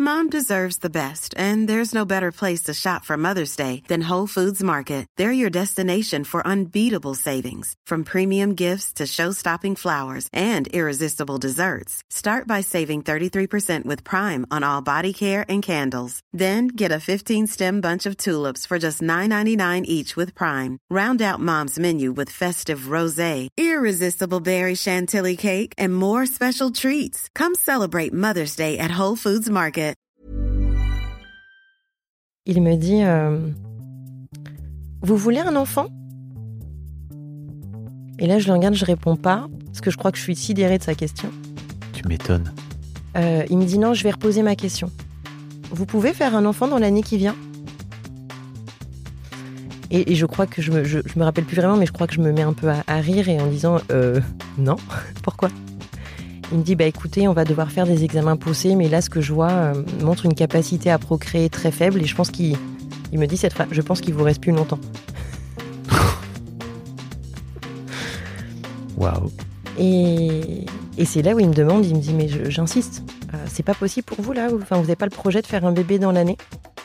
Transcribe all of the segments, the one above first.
Mom deserves the best, and there's no better place to shop for Mother's Day than Whole Foods Market. They're your destination for unbeatable savings, from premium gifts to show-stopping flowers and irresistible desserts. Start by saving 33% with Prime on all body care and candles. Then get a 15-stem bunch of tulips for just $9.99 each with Prime. Round out Mom's menu with festive rosé, irresistible berry chantilly cake, and more special treats. Come celebrate Mother's Day at Whole Foods Market. Il me dit vous voulez un enfant? Et là, je le regarde, je réponds pas, parce que je crois que je suis sidérée de sa question. Tu m'étonnes. Il me dit non, je vais reposer ma question. Vous pouvez faire un enfant dans l'année qui vient? Et je crois que je me rappelle plus vraiment, mais je crois que je me mets un peu à rire et en disant non, pourquoi? Il me dit écoutez, on va devoir faire des examens poussés, mais là ce que je vois montre une capacité à procréer très faible et je pense qu'il me dit cette phrase, je pense qu'il vous reste plus longtemps. Waouh. Et c'est là où il me demande, il me dit mais j'insiste, c'est pas possible pour vous là, vous n'avez pas le projet de faire un bébé dans l'année?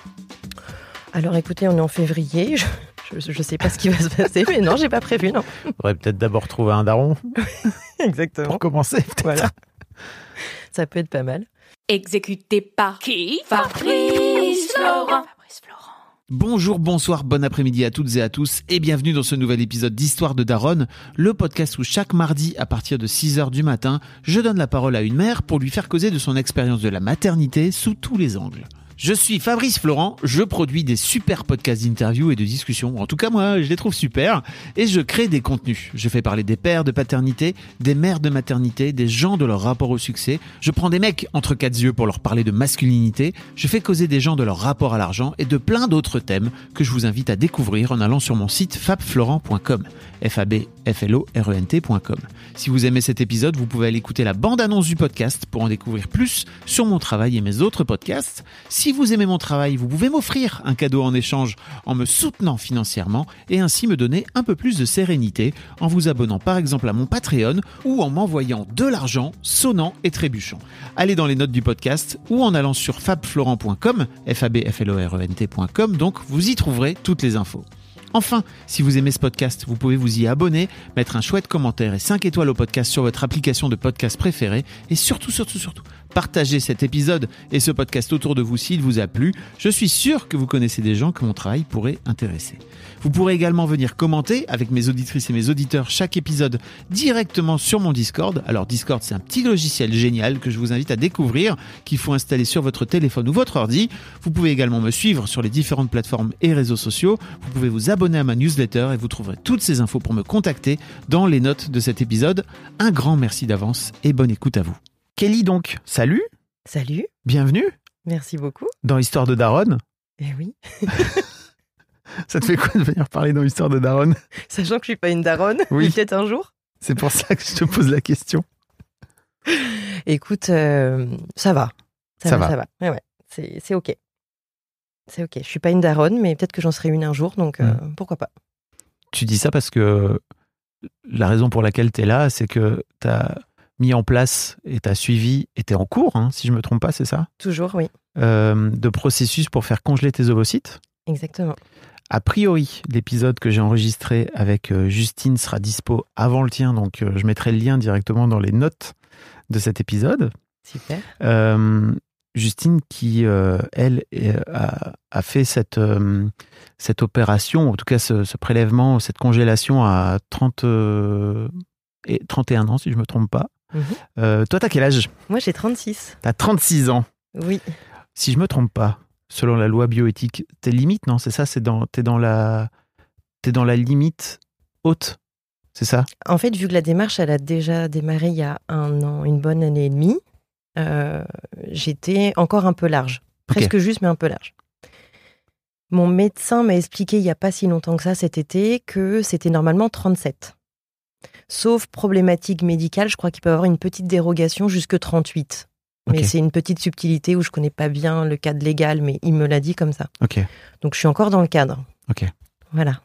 Alors écoutez, on est en février, je sais pas ce qui va se passer, mais non, j'ai pas prévu, non. Faudrait peut-être d'abord trouver un daron. Exactement. Pour commencer, peut-être. Voilà. Ça peut être pas mal. Exécuté par qui? Fabrice Florent. Bonjour, bonsoir, bon après-midi à toutes et à tous et bienvenue dans ce nouvel épisode d'Histoire de Daronne, le podcast où chaque mardi à partir de 6h du matin, je donne la parole à une mère pour lui faire causer de son expérience de la maternité sous tous les angles. Je suis Fabrice Florent, je produis des super podcasts d'interviews et de discussions. En tout cas, moi, je les trouve super. Et je crée des contenus. Je fais parler des pères de paternité, des mères de maternité, des gens de leur rapport au succès. Je prends des mecs entre quatre yeux pour leur parler de masculinité. Je fais causer des gens de leur rapport à l'argent et de plein d'autres thèmes que je vous invite à découvrir en allant sur mon site fabflorent.com. fabflorent.com. Si vous aimez cet épisode, vous pouvez aller écouter la bande-annonce du podcast pour en découvrir plus sur mon travail et mes autres podcasts. Si vous aimez mon travail, vous pouvez m'offrir un cadeau en échange en me soutenant financièrement et ainsi me donner un peu plus de sérénité en vous abonnant par exemple à mon Patreon ou en m'envoyant de l'argent sonnant et trébuchant. Allez dans les notes du podcast ou en allant sur fabflorent.com, fabflorent.com, donc vous y trouverez toutes les infos. Enfin, si vous aimez ce podcast, vous pouvez vous y abonner, mettre un chouette commentaire et 5 étoiles au podcast sur votre application de podcast préférée et surtout, partagez cet épisode et ce podcast autour de vous s'il vous a plu. Je suis sûr que vous connaissez des gens que mon travail pourrait intéresser. Vous pourrez également venir commenter avec mes auditrices et mes auditeurs chaque épisode directement sur mon Discord. Alors Discord, c'est un petit logiciel génial que je vous invite à découvrir, qu'il faut installer sur votre téléphone ou votre ordi. Vous pouvez également me suivre sur les différentes plateformes et réseaux sociaux. Vous pouvez vous abonner à ma newsletter et vous trouverez toutes ces infos pour me contacter dans les notes de cet épisode. Un grand merci d'avance et bonne écoute à vous. Kelly donc, salut. Salut. Bienvenue. Merci beaucoup. Dans Histoire de Daronne. Eh oui. Ça te fait quoi de venir parler dans Histoire de Daronne? Sachant que je suis pas une daronne, oui. Peut-être un jour. C'est pour ça que je te pose la question. Écoute, ça va. Ça va. Ouais. C'est ok. C'est ok. Je suis pas une daronne, mais peut-être que j'en serai une un jour, donc pourquoi pas. Tu dis ça parce que la raison pour laquelle tu es là, c'est que tu as mis en place et tu as suivi, et tu es en cours, si je ne me trompe pas, c'est ça? Toujours, oui. De processus pour faire congeler tes ovocytes. Exactement. A priori, l'épisode que j'ai enregistré avec Justine sera dispo avant le tien, donc je mettrai le lien directement dans les notes de cet épisode. Super. Justine qui, elle, a fait cette opération, en tout cas ce prélèvement, cette congélation à 31 ans, si je ne me trompe pas. Toi, t'as quel âge? Moi, j'ai 36. T'as 36 ans. Oui. Si je ne me trompe pas, selon la loi bioéthique, t'es limite, non? C'est ça, t'es dans la limite haute, c'est ça? En fait, vu que la démarche, elle a déjà démarré il y a 1 an, une bonne année et demie, j'étais encore un peu large. Presque juste, mais un peu large. Mon médecin m'a expliqué il n'y a pas si longtemps que ça, cet été, que c'était normalement 37. Sauf problématique médicale, je crois qu'il peut y avoir une petite dérogation jusque 38. Mais c'est une petite subtilité où je ne connais pas bien le cadre légal, mais il me l'a dit comme ça. Donc je suis encore dans le cadre. Voilà.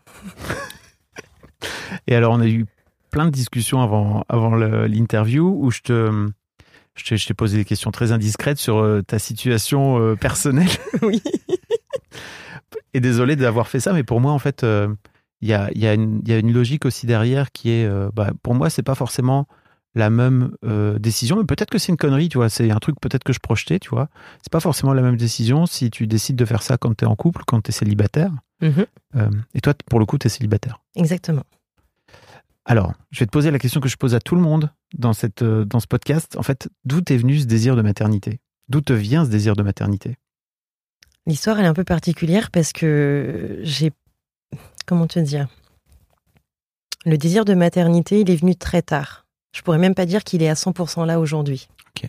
Et alors on a eu plein de discussions avant l'interview où je je t'ai posé des questions très indiscrètes sur ta situation personnelle. Oui. Et désolé d'avoir fait ça, mais pour moi, en fait, il y a une logique aussi derrière qui est, pour moi, c'est pas forcément la même décision, mais peut-être que c'est une connerie, tu vois, c'est un truc peut-être que je projetais, tu vois. C'est pas forcément la même décision si tu décides de faire ça quand t'es en couple, quand t'es célibataire. Et toi, pour le coup, t'es célibataire. Exactement. Alors, je vais te poser la question que je pose à tout le monde dans ce podcast. En fait, d'où t'es venu ce désir de maternité? D'où te vient ce désir de maternité? L'histoire, elle est un peu particulière parce que comment te dire? Le désir de maternité, il est venu très tard. Je pourrais même pas dire qu'il est à 100% là aujourd'hui. Ok.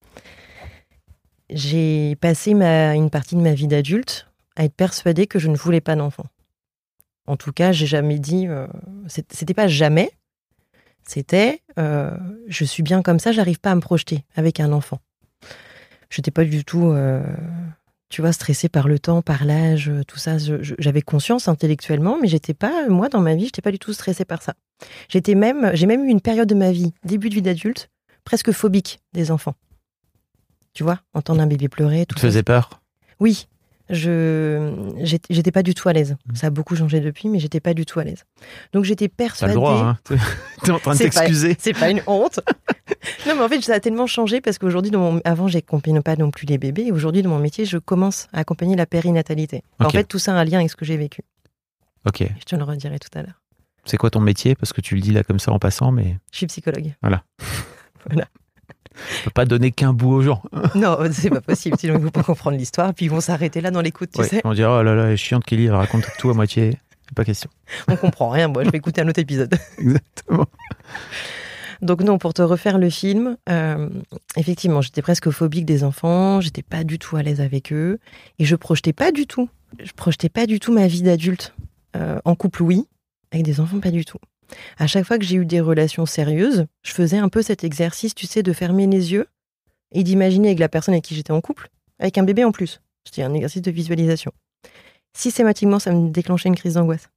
J'ai passé une partie de ma vie d'adulte à être persuadée que je ne voulais pas d'enfant. En tout cas, j'ai jamais dit... c'était pas jamais. C'était je suis bien comme ça, j'arrive pas à me projeter avec un enfant. Je n'étais pas du tout... tu vois, stressée par le temps, par l'âge, tout ça. J'avais conscience intellectuellement, mais j'étais pas, moi, dans ma vie, j'étais pas du tout stressée par ça. J'ai même eu une période de ma vie, début de vie d'adulte, presque phobique des enfants. Tu vois, entendre un bébé pleurer, tout ça. Ça te faisait peur? Oui. J'étais pas du tout à l'aise. Ça a beaucoup changé depuis, mais j'étais pas du tout à l'aise. Donc j'étais persuadée... T'as le droit, hein. T'es en train de t'excuser. C'est pas une honte. Non, mais en fait, ça a tellement changé parce qu'aujourd'hui, avant, j'accompagnais pas non plus les bébés. Et aujourd'hui, dans mon métier, je commence à accompagner la périnatalité. Okay. En fait, tout ça a un lien avec ce que j'ai vécu. Ok. Je te le redirai tout à l'heure. C'est quoi ton métier? Parce que tu le dis là comme ça en passant, mais... Je suis psychologue. Voilà. Voilà. On peut pas donner qu'un bout aux gens. Non, c'est pas possible. Sinon, ils vont pas comprendre l'histoire. Puis ils vont s'arrêter là dans l'écoute, tu sais. On dira, oh là là, elle est chiante Kelly, elle raconte tout à moitié. C'est pas question. On comprend rien. Moi, je vais écouter un autre épisode. Exactement. Donc non, pour te refaire le film, effectivement, j'étais presque phobique des enfants. J'étais pas du tout à l'aise avec eux. Et je projetais pas du tout ma vie d'adulte. En couple, oui. Avec des enfants, pas du tout. À chaque fois que j'ai eu des relations sérieuses, je faisais un peu cet exercice, tu sais, de fermer les yeux et d'imaginer avec la personne avec qui j'étais en couple, avec un bébé en plus. C'était un exercice de visualisation. Systématiquement, ça me déclenchait une crise d'angoisse.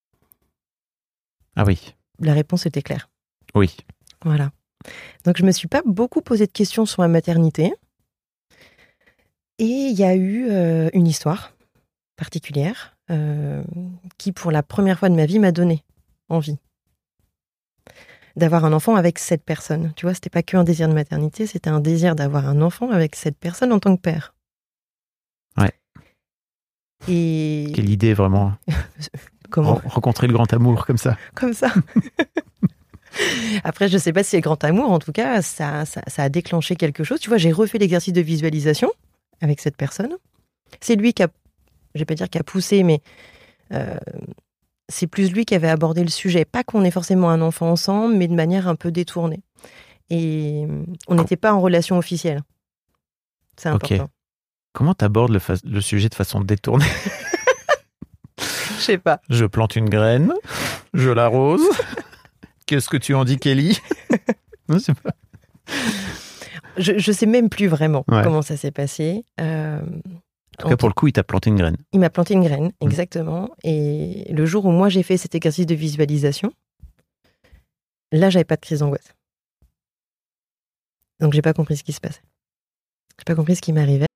Ah oui. La réponse était claire. Oui. Voilà. Donc, je me suis pas beaucoup posé de questions sur ma maternité. Et il y a eu une histoire particulière qui, pour la première fois de ma vie, m'a donné envie d'avoir un enfant avec cette personne. Tu vois, c'était pas qu'un désir de maternité, c'était un désir d'avoir un enfant avec cette personne en tant que père. Ouais. Et... Quelle idée, vraiment. Comment rencontrer le grand amour, comme ça. Comme ça. Après, je sais pas si c'est le grand amour, en tout cas, ça a déclenché quelque chose. Tu vois, j'ai refait l'exercice de visualisation avec cette personne. C'est lui qui a, je vais pas dire qui a poussé, mais c'est plus lui qui avait abordé le sujet. Pas qu'on ait forcément un enfant ensemble, mais de manière un peu détournée. Et on n'était pas en relation officielle. C'est important. Okay. Comment t'abordes le sujet de façon détournée? Je sais pas. Je plante une graine, je l'arrose. Qu'est-ce que tu en dis, Kelly? Je sais pas. Je sais même plus vraiment comment ça s'est passé. En tout cas, pour le coup, il t'a planté une graine. Il m'a planté une graine, exactement. Et le jour où moi, j'ai fait cet exercice de visualisation, là, j'avais pas de crise d'angoisse. Donc, j'ai pas compris ce qui se passait. J'ai pas compris ce qui m'arrivait.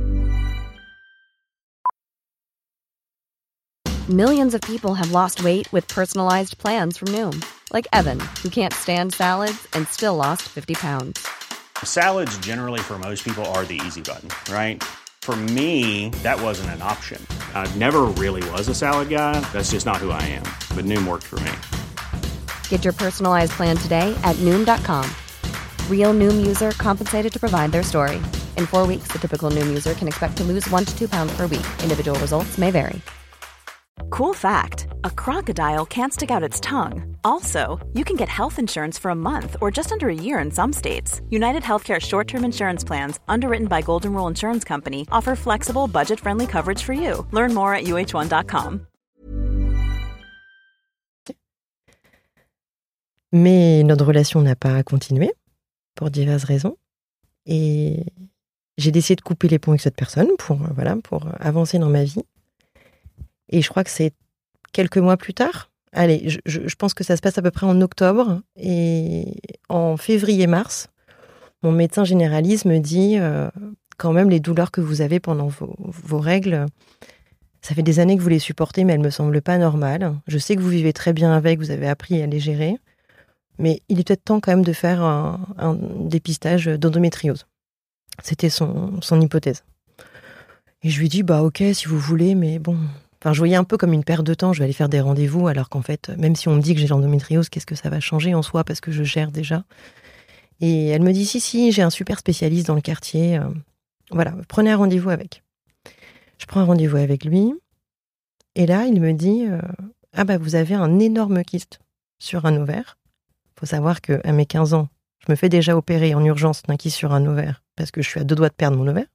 Millions of people have lost weight with personalized plans from Noom. Like Evan, who can't stand salads and still lost 50 pounds. Salads generally for most people are the easy button, right? For me, that wasn't an option. I never really was a salad guy. That's just not who I am. But Noom worked for me. Get your personalized plan today at Noom.com. Real Noom user compensated to provide their story. In 4 weeks, the typical Noom user can expect to lose 1 to 2 pounds per week. Individual results may vary. Cool fact, a crocodile can't stick out its tongue. Also, you can get health insurance for a month or just under a year in some states. United Healthcare short-term insurance plans, underwritten by Golden Rule Insurance Company, offer flexible, budget-friendly coverage for you. Learn more at uh1.com. Mais notre relation n'a pas continué, pour diverses raisons. Et j'ai décidé de couper les ponts avec cette personne pour avancer dans ma vie. Et je crois que c'est quelques mois plus tard. Allez, je pense que ça se passe à peu près en octobre. Et en février-mars, mon médecin généraliste me dit quand même les douleurs que vous avez pendant vos règles, ça fait des années que vous les supportez, mais elles me semblent pas normales. Je sais que vous vivez très bien avec, vous avez appris à les gérer, mais il est peut-être temps quand même de faire un dépistage d'endométriose. C'était son hypothèse. Et je lui dis, ok, si vous voulez, mais bon... Enfin, je voyais un peu comme une perte de temps, je vais aller faire des rendez-vous, alors qu'en fait, même si on me dit que j'ai l'endométriose, qu'est-ce que ça va changer en soi, parce que je gère déjà. Et elle me dit, si, j'ai un super spécialiste dans le quartier. Voilà, prenez un rendez-vous avec. Je prends un rendez-vous avec lui, et là, il me dit, vous avez un énorme kyste sur un ovaire. Il faut savoir qu'à mes 15 ans, je me fais déjà opérer en urgence d'un kyste sur un ovaire, parce que je suis à 2 doigts de perdre mon ovaire.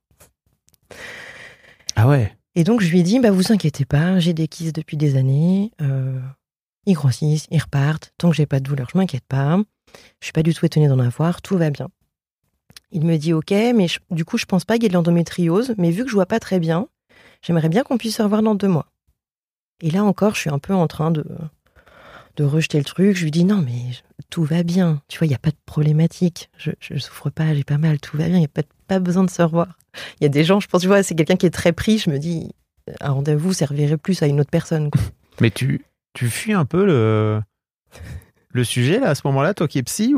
Ah ouais. Et donc, je lui dis, vous inquiétez pas, j'ai des kystes depuis des années, ils grossissent, ils repartent, tant que j'ai pas de douleur, je m'inquiète pas, je suis pas du tout étonnée d'en avoir, tout va bien. Il me dit, ok, mais du coup, je pense pas qu'il y ait de l'endométriose, mais vu que je vois pas très bien, j'aimerais bien qu'on puisse se revoir dans 2 mois. Et là encore, je suis un peu en train de rejeter le truc, je lui dis, non, mais tout va bien, tu vois, il n'y a pas de problématique, je souffre pas, j'ai pas mal, tout va bien, il n'y a pas besoin de se revoir. Il y a des gens, je pense, tu vois, c'est quelqu'un qui est très pris, je me dis, un rendez-vous servirait plus à une autre personne, quoi. Mais tu fuis un peu le sujet, là, à ce moment-là, toi qui es psy,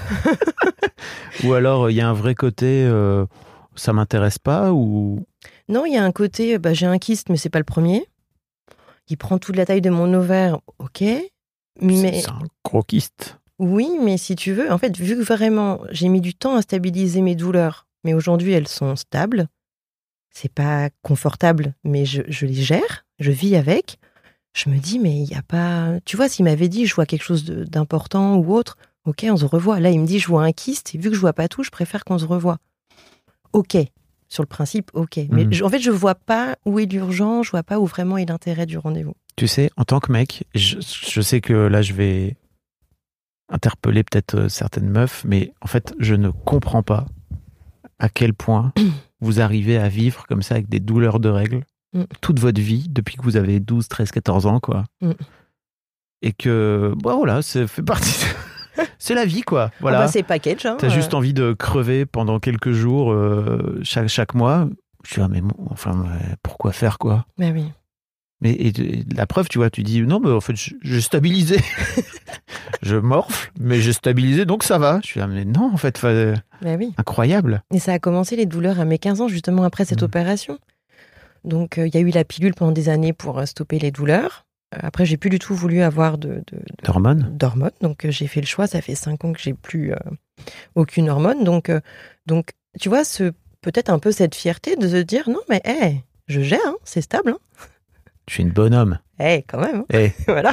ou alors il y a un vrai côté, ça m'intéresse pas, ou... Non, il y a un côté, j'ai un kyste, mais c'est pas le premier. Il prend toute la taille de mon ovaire, ok, mais... C'est un gros kyste. Oui, mais si tu veux, en fait, vu que vraiment, j'ai mis du temps à stabiliser mes douleurs, mais aujourd'hui, elles sont stables. C'est pas confortable, mais je les gère, je vis avec. Je me dis, mais il n'y a pas... Tu vois, s'il m'avait dit, je vois quelque chose d'important ou autre, ok, on se revoit. Là, il me dit, je vois un kyste, et vu que je vois pas tout, je préfère qu'on se revoie. Ok, sur le principe, ok. Mais en fait, je vois pas où est l'urgence, je vois pas où vraiment est l'intérêt du rendez-vous. Tu sais, en tant que mec, je sais que là, je vais interpeller peut-être certaines meufs, mais en fait, je ne comprends pas à quel point vous arrivez à vivre comme ça avec des douleurs de règles toute votre vie, depuis que vous avez 12, 13, 14 ans, quoi. Et que, voilà, ça fait partie... C'est la vie, quoi. Voilà. C'est package. Hein, t'as juste envie de crever pendant quelques jours chaque mois. Je suis mais pourquoi faire, quoi? Ben oui. Mais et la preuve, tu vois, tu dis non, mais en fait, j'ai stabilisé. Je morfle, mais j'ai stabilisé, donc ça va. Je suis mais non, en fait, oui. Incroyable. Et ça a commencé les douleurs à mes 15 ans, justement après cette opération. Donc, il y a eu la pilule pendant des années pour stopper les douleurs. Après, j'ai plus du tout voulu avoir d'hormones. Donc, j'ai fait le choix. Ça fait 5 ans que j'ai plus aucune hormone. Donc, tu vois, peut-être un peu cette fierté de se dire non, mais je gère, hein, c'est stable. Hein. Je suis une bonne homme. Quand même. Hein. Voilà.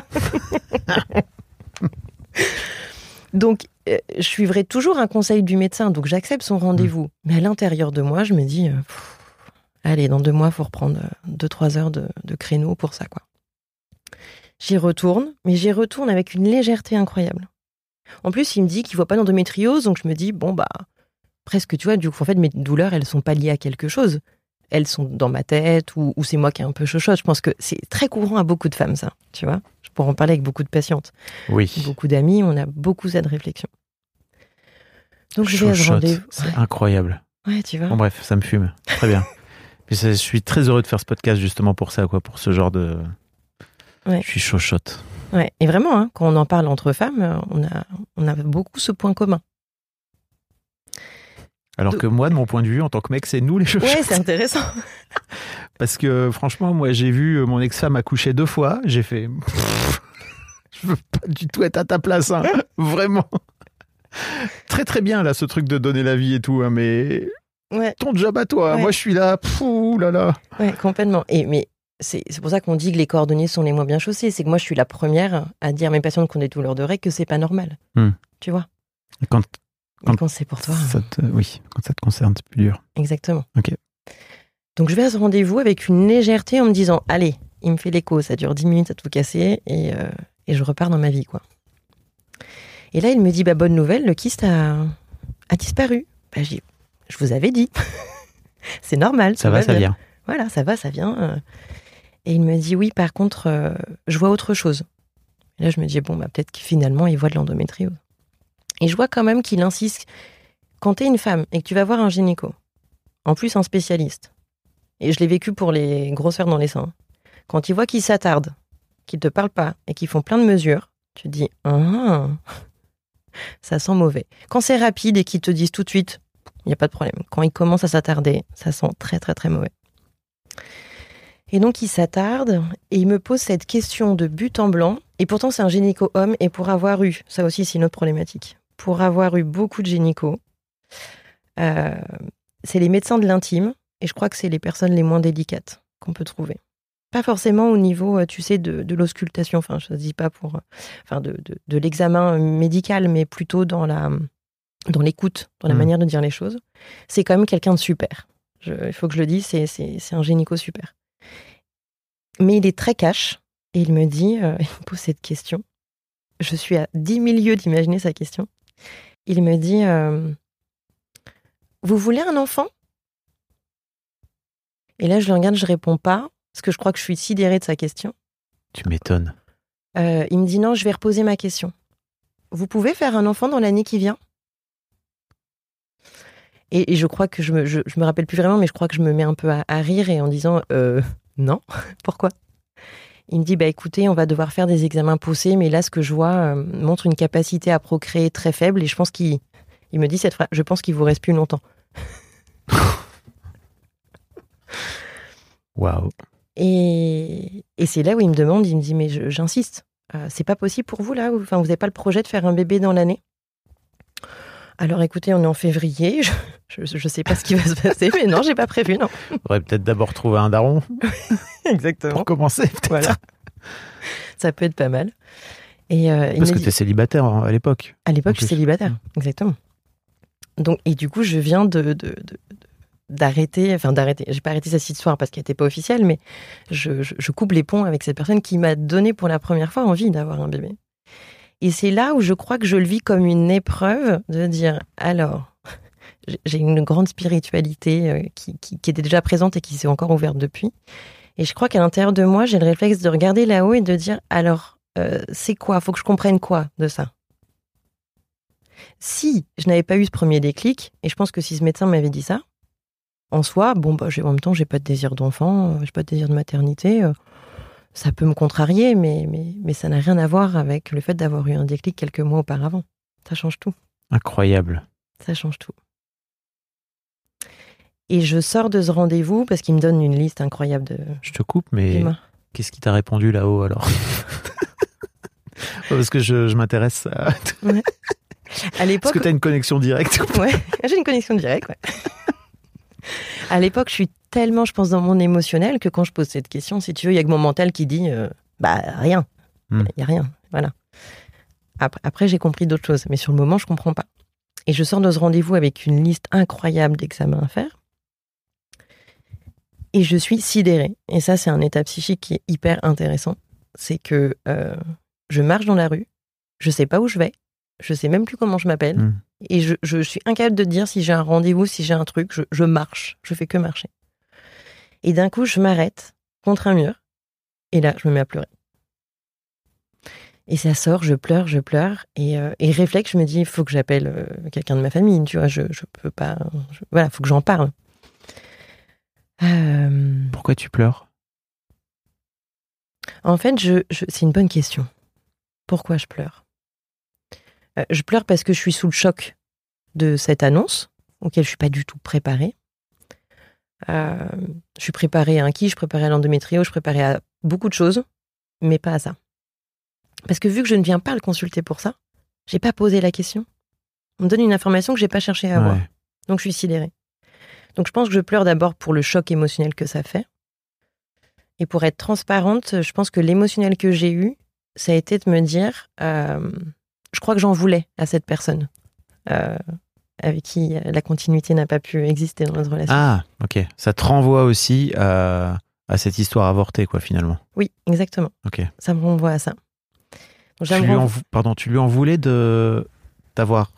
Donc, je suivrai toujours un conseil du médecin. Donc, j'accepte son rendez-vous. Mais à l'intérieur de moi, je me dis, allez, dans 2 mois, il faut reprendre 2-3 heures de créneau pour ça, quoi. J'y retourne, mais j'y retourne avec une légèreté incroyable. En plus, il me dit qu'il ne voit pas d'endométriose, donc je me dis, presque, tu vois, du coup, en fait, mes douleurs, elles ne sont pas liées à quelque chose. Elles sont dans ma tête, ou c'est moi qui est un peu chochotte. Je pense que c'est très courant à beaucoup de femmes, ça, tu vois. Je pourrais en parler avec beaucoup de patientes. Oui. Beaucoup d'amis, on a beaucoup cette réflexion. Donc, je vais à ce rendez-vous. C'est incroyable. Ouais, tu vois. Bon, bref, ça me fume. Très bien. Puis je suis très heureux de faire ce podcast, justement, pour ça, quoi, pour ce genre de... Ouais. Je suis chochotte. Ouais, et vraiment, hein, quand on en parle entre femmes, on a beaucoup ce point commun. Alors que moi, de mon point de vue, en tant que mec, c'est nous les chochottes. Ouais, c'est intéressant. Parce que franchement, moi, j'ai vu mon ex-femme accoucher 2 fois. J'ai fait... Je veux pas du tout être à ta place, hein. Vraiment. Très très bien, là, ce truc de donner la vie et tout, hein, mais... Ouais. Ton job à toi. Ouais. Moi, je suis là. Ouh là là. Ouais, complètement. Mais... C'est pour ça qu'on dit que les cordonniers sont les moins bien chaussés. C'est que moi, je suis la première à dire à mes patientes qui ont des douleurs de règles que c'est pas normal. Tu vois. Quand c'est pour toi. Oui, quand ça te concerne, c'est plus dur. Exactement. Ok. Donc, je vais à ce rendez-vous avec une légèreté en me disant, allez, il me fait l'écho, ça dure 10 minutes à tout casser et je repars dans ma vie, quoi. Et là, il me dit, bonne nouvelle, le kyste a disparu. Je dis, je vous avais dit. C'est normal. Ça va, ça vient. Voilà, ça va, ça vient. Et il me dit, oui, par contre, je vois autre chose. Et là, je me dis, peut-être que finalement, il voit de l'endométriose. Et je vois quand même qu'il insiste quand t'es une femme et que tu vas voir un gynéco, en plus un spécialiste, et je l'ai vécu pour les grosseurs dans les seins, quand ils voient qu'ils s'attardent, qu'ils te parlent pas et qu'ils font plein de mesures, tu te dis ça sent mauvais. Quand c'est rapide et qu'ils te disent tout de suite, il n'y a pas de problème. Quand ils commencent à s'attarder, ça sent très très très mauvais. Et donc il s'attarde et il me pose cette question de but en blanc. Et pourtant c'est un gynéco homme, et pour avoir eu, ça aussi c'est une autre problématique, pour avoir eu beaucoup de gynécos, c'est les médecins de l'intime, et je crois que c'est les personnes les moins délicates qu'on peut trouver. Pas forcément au niveau, tu sais, de l'auscultation, enfin je ne dis pas pour, de l'examen médical, mais plutôt dans l'écoute, dans la manière de dire les choses. C'est quand même quelqu'un de super. Il faut que je le dise, c'est un gynéco super. Mais il est très cash, et il me dit, il me pose cette question. Je suis à 10 000 lieues d'imaginer sa question. Il me dit, vous voulez un enfant ? Et là, je le regarde, je réponds pas, parce que je crois que je suis sidérée de sa question. Tu m'étonnes. Il me dit, non, je vais reposer ma question. Vous pouvez faire un enfant dans l'année qui vient ? Et je crois que je me rappelle plus vraiment, mais je crois que je me mets un peu à rire et en disant non, pourquoi ? Il me dit écoutez, on va devoir faire des examens poussés, mais là ce que je vois montre une capacité à procréer très faible, et je pense il me dit cette phrase, je pense qu'il vous reste plus longtemps. Waouh. Et c'est là où il me demande, il me dit mais j'insiste, c'est pas possible pour vous là, enfin vous n'avez pas le projet de faire un bébé dans l'année ? Alors écoutez, on est en février, je sais pas ce qui va se passer, mais non, j'ai pas prévu, non. On aurait peut-être d'abord trouvé un daron. Exactement. Pour commencer, peut-être. Voilà. Ça peut être pas mal. Et, parce que tu es célibataire à l'époque. À l'époque, je suis célibataire, exactement. Donc, et du coup, je viens d'arrêter, j'ai pas arrêté cette histoire parce qu'elle n'était pas officielle, mais je coupe les ponts avec cette personne qui m'a donné pour la première fois envie d'avoir un bébé. Et c'est là où je crois que je le vis comme une épreuve de dire, alors, j'ai une grande spiritualité qui était déjà présente et qui s'est encore ouverte depuis. Et je crois qu'à l'intérieur de moi, j'ai le réflexe de regarder là-haut et de dire, alors, c'est quoi ? Faut que je comprenne quoi de ça ? Si je n'avais pas eu ce premier déclic, et je pense que si ce médecin m'avait dit ça, en soi, en même temps, j'ai pas de désir d'enfant, j'ai pas de désir de maternité, ça peut me contrarier, mais ça n'a rien à voir avec le fait d'avoir eu un déclic quelques mois auparavant. Ça change tout. Incroyable. Ça change tout. Et je sors de ce rendez-vous parce qu'il me donne une liste incroyable de... Je te coupe, mais qu'est-ce qui t'a répondu là-haut alors ? Parce que je m'intéresse à... Ouais. À l'époque... Est-ce que tu as une connexion directe ? Ouais, j'ai une connexion directe, ouais. À l'époque, je suis tellement, je pense, dans mon émotionnel que quand je pose cette question, si tu veux, il y a que mon mental qui dit rien. Il n'y a rien. Voilà. Après, j'ai compris d'autres choses, mais sur le moment, je ne comprends pas. Et je sors de ce rendez-vous avec une liste incroyable d'examens à faire. Et je suis sidérée. Et ça, c'est un état psychique qui est hyper intéressant. C'est que je marche dans la rue, je ne sais pas où je vais, je ne sais même plus comment je m'appelle. Et je suis incapable de dire si j'ai un rendez-vous, si j'ai un truc, je marche, je fais que marcher. Et d'un coup, je m'arrête contre un mur, et là, je me mets à pleurer. Et ça sort, je pleure, et réflexe, je me dis, il faut que j'appelle quelqu'un de ma famille, tu vois, je peux pas... Voilà, il faut que j'en parle. Pourquoi tu pleures ? En fait, c'est une bonne question. Pourquoi je pleure ? Je pleure parce que je suis sous le choc de cette annonce, auquel je ne suis pas du tout préparée. Je suis préparée à un je suis préparée à l'endométriose, je suis préparée à beaucoup de choses, mais pas à ça. Parce que vu que je ne viens pas le consulter pour ça, je n'ai pas posé la question. On me donne une information que je n'ai pas cherché à avoir. Donc je suis sidérée. Donc je pense que je pleure d'abord pour le choc émotionnel que ça fait. Et pour être transparente, je pense que l'émotionnel que j'ai eu, ça a été de me dire... je crois que j'en voulais à cette personne avec qui la continuité n'a pas pu exister dans notre relation. Ah, ok. Ça te renvoie aussi à cette histoire avortée, quoi, finalement. Oui, exactement. Ok. Ça me renvoie à ça. Donc, tu lui en voulais de t'avoir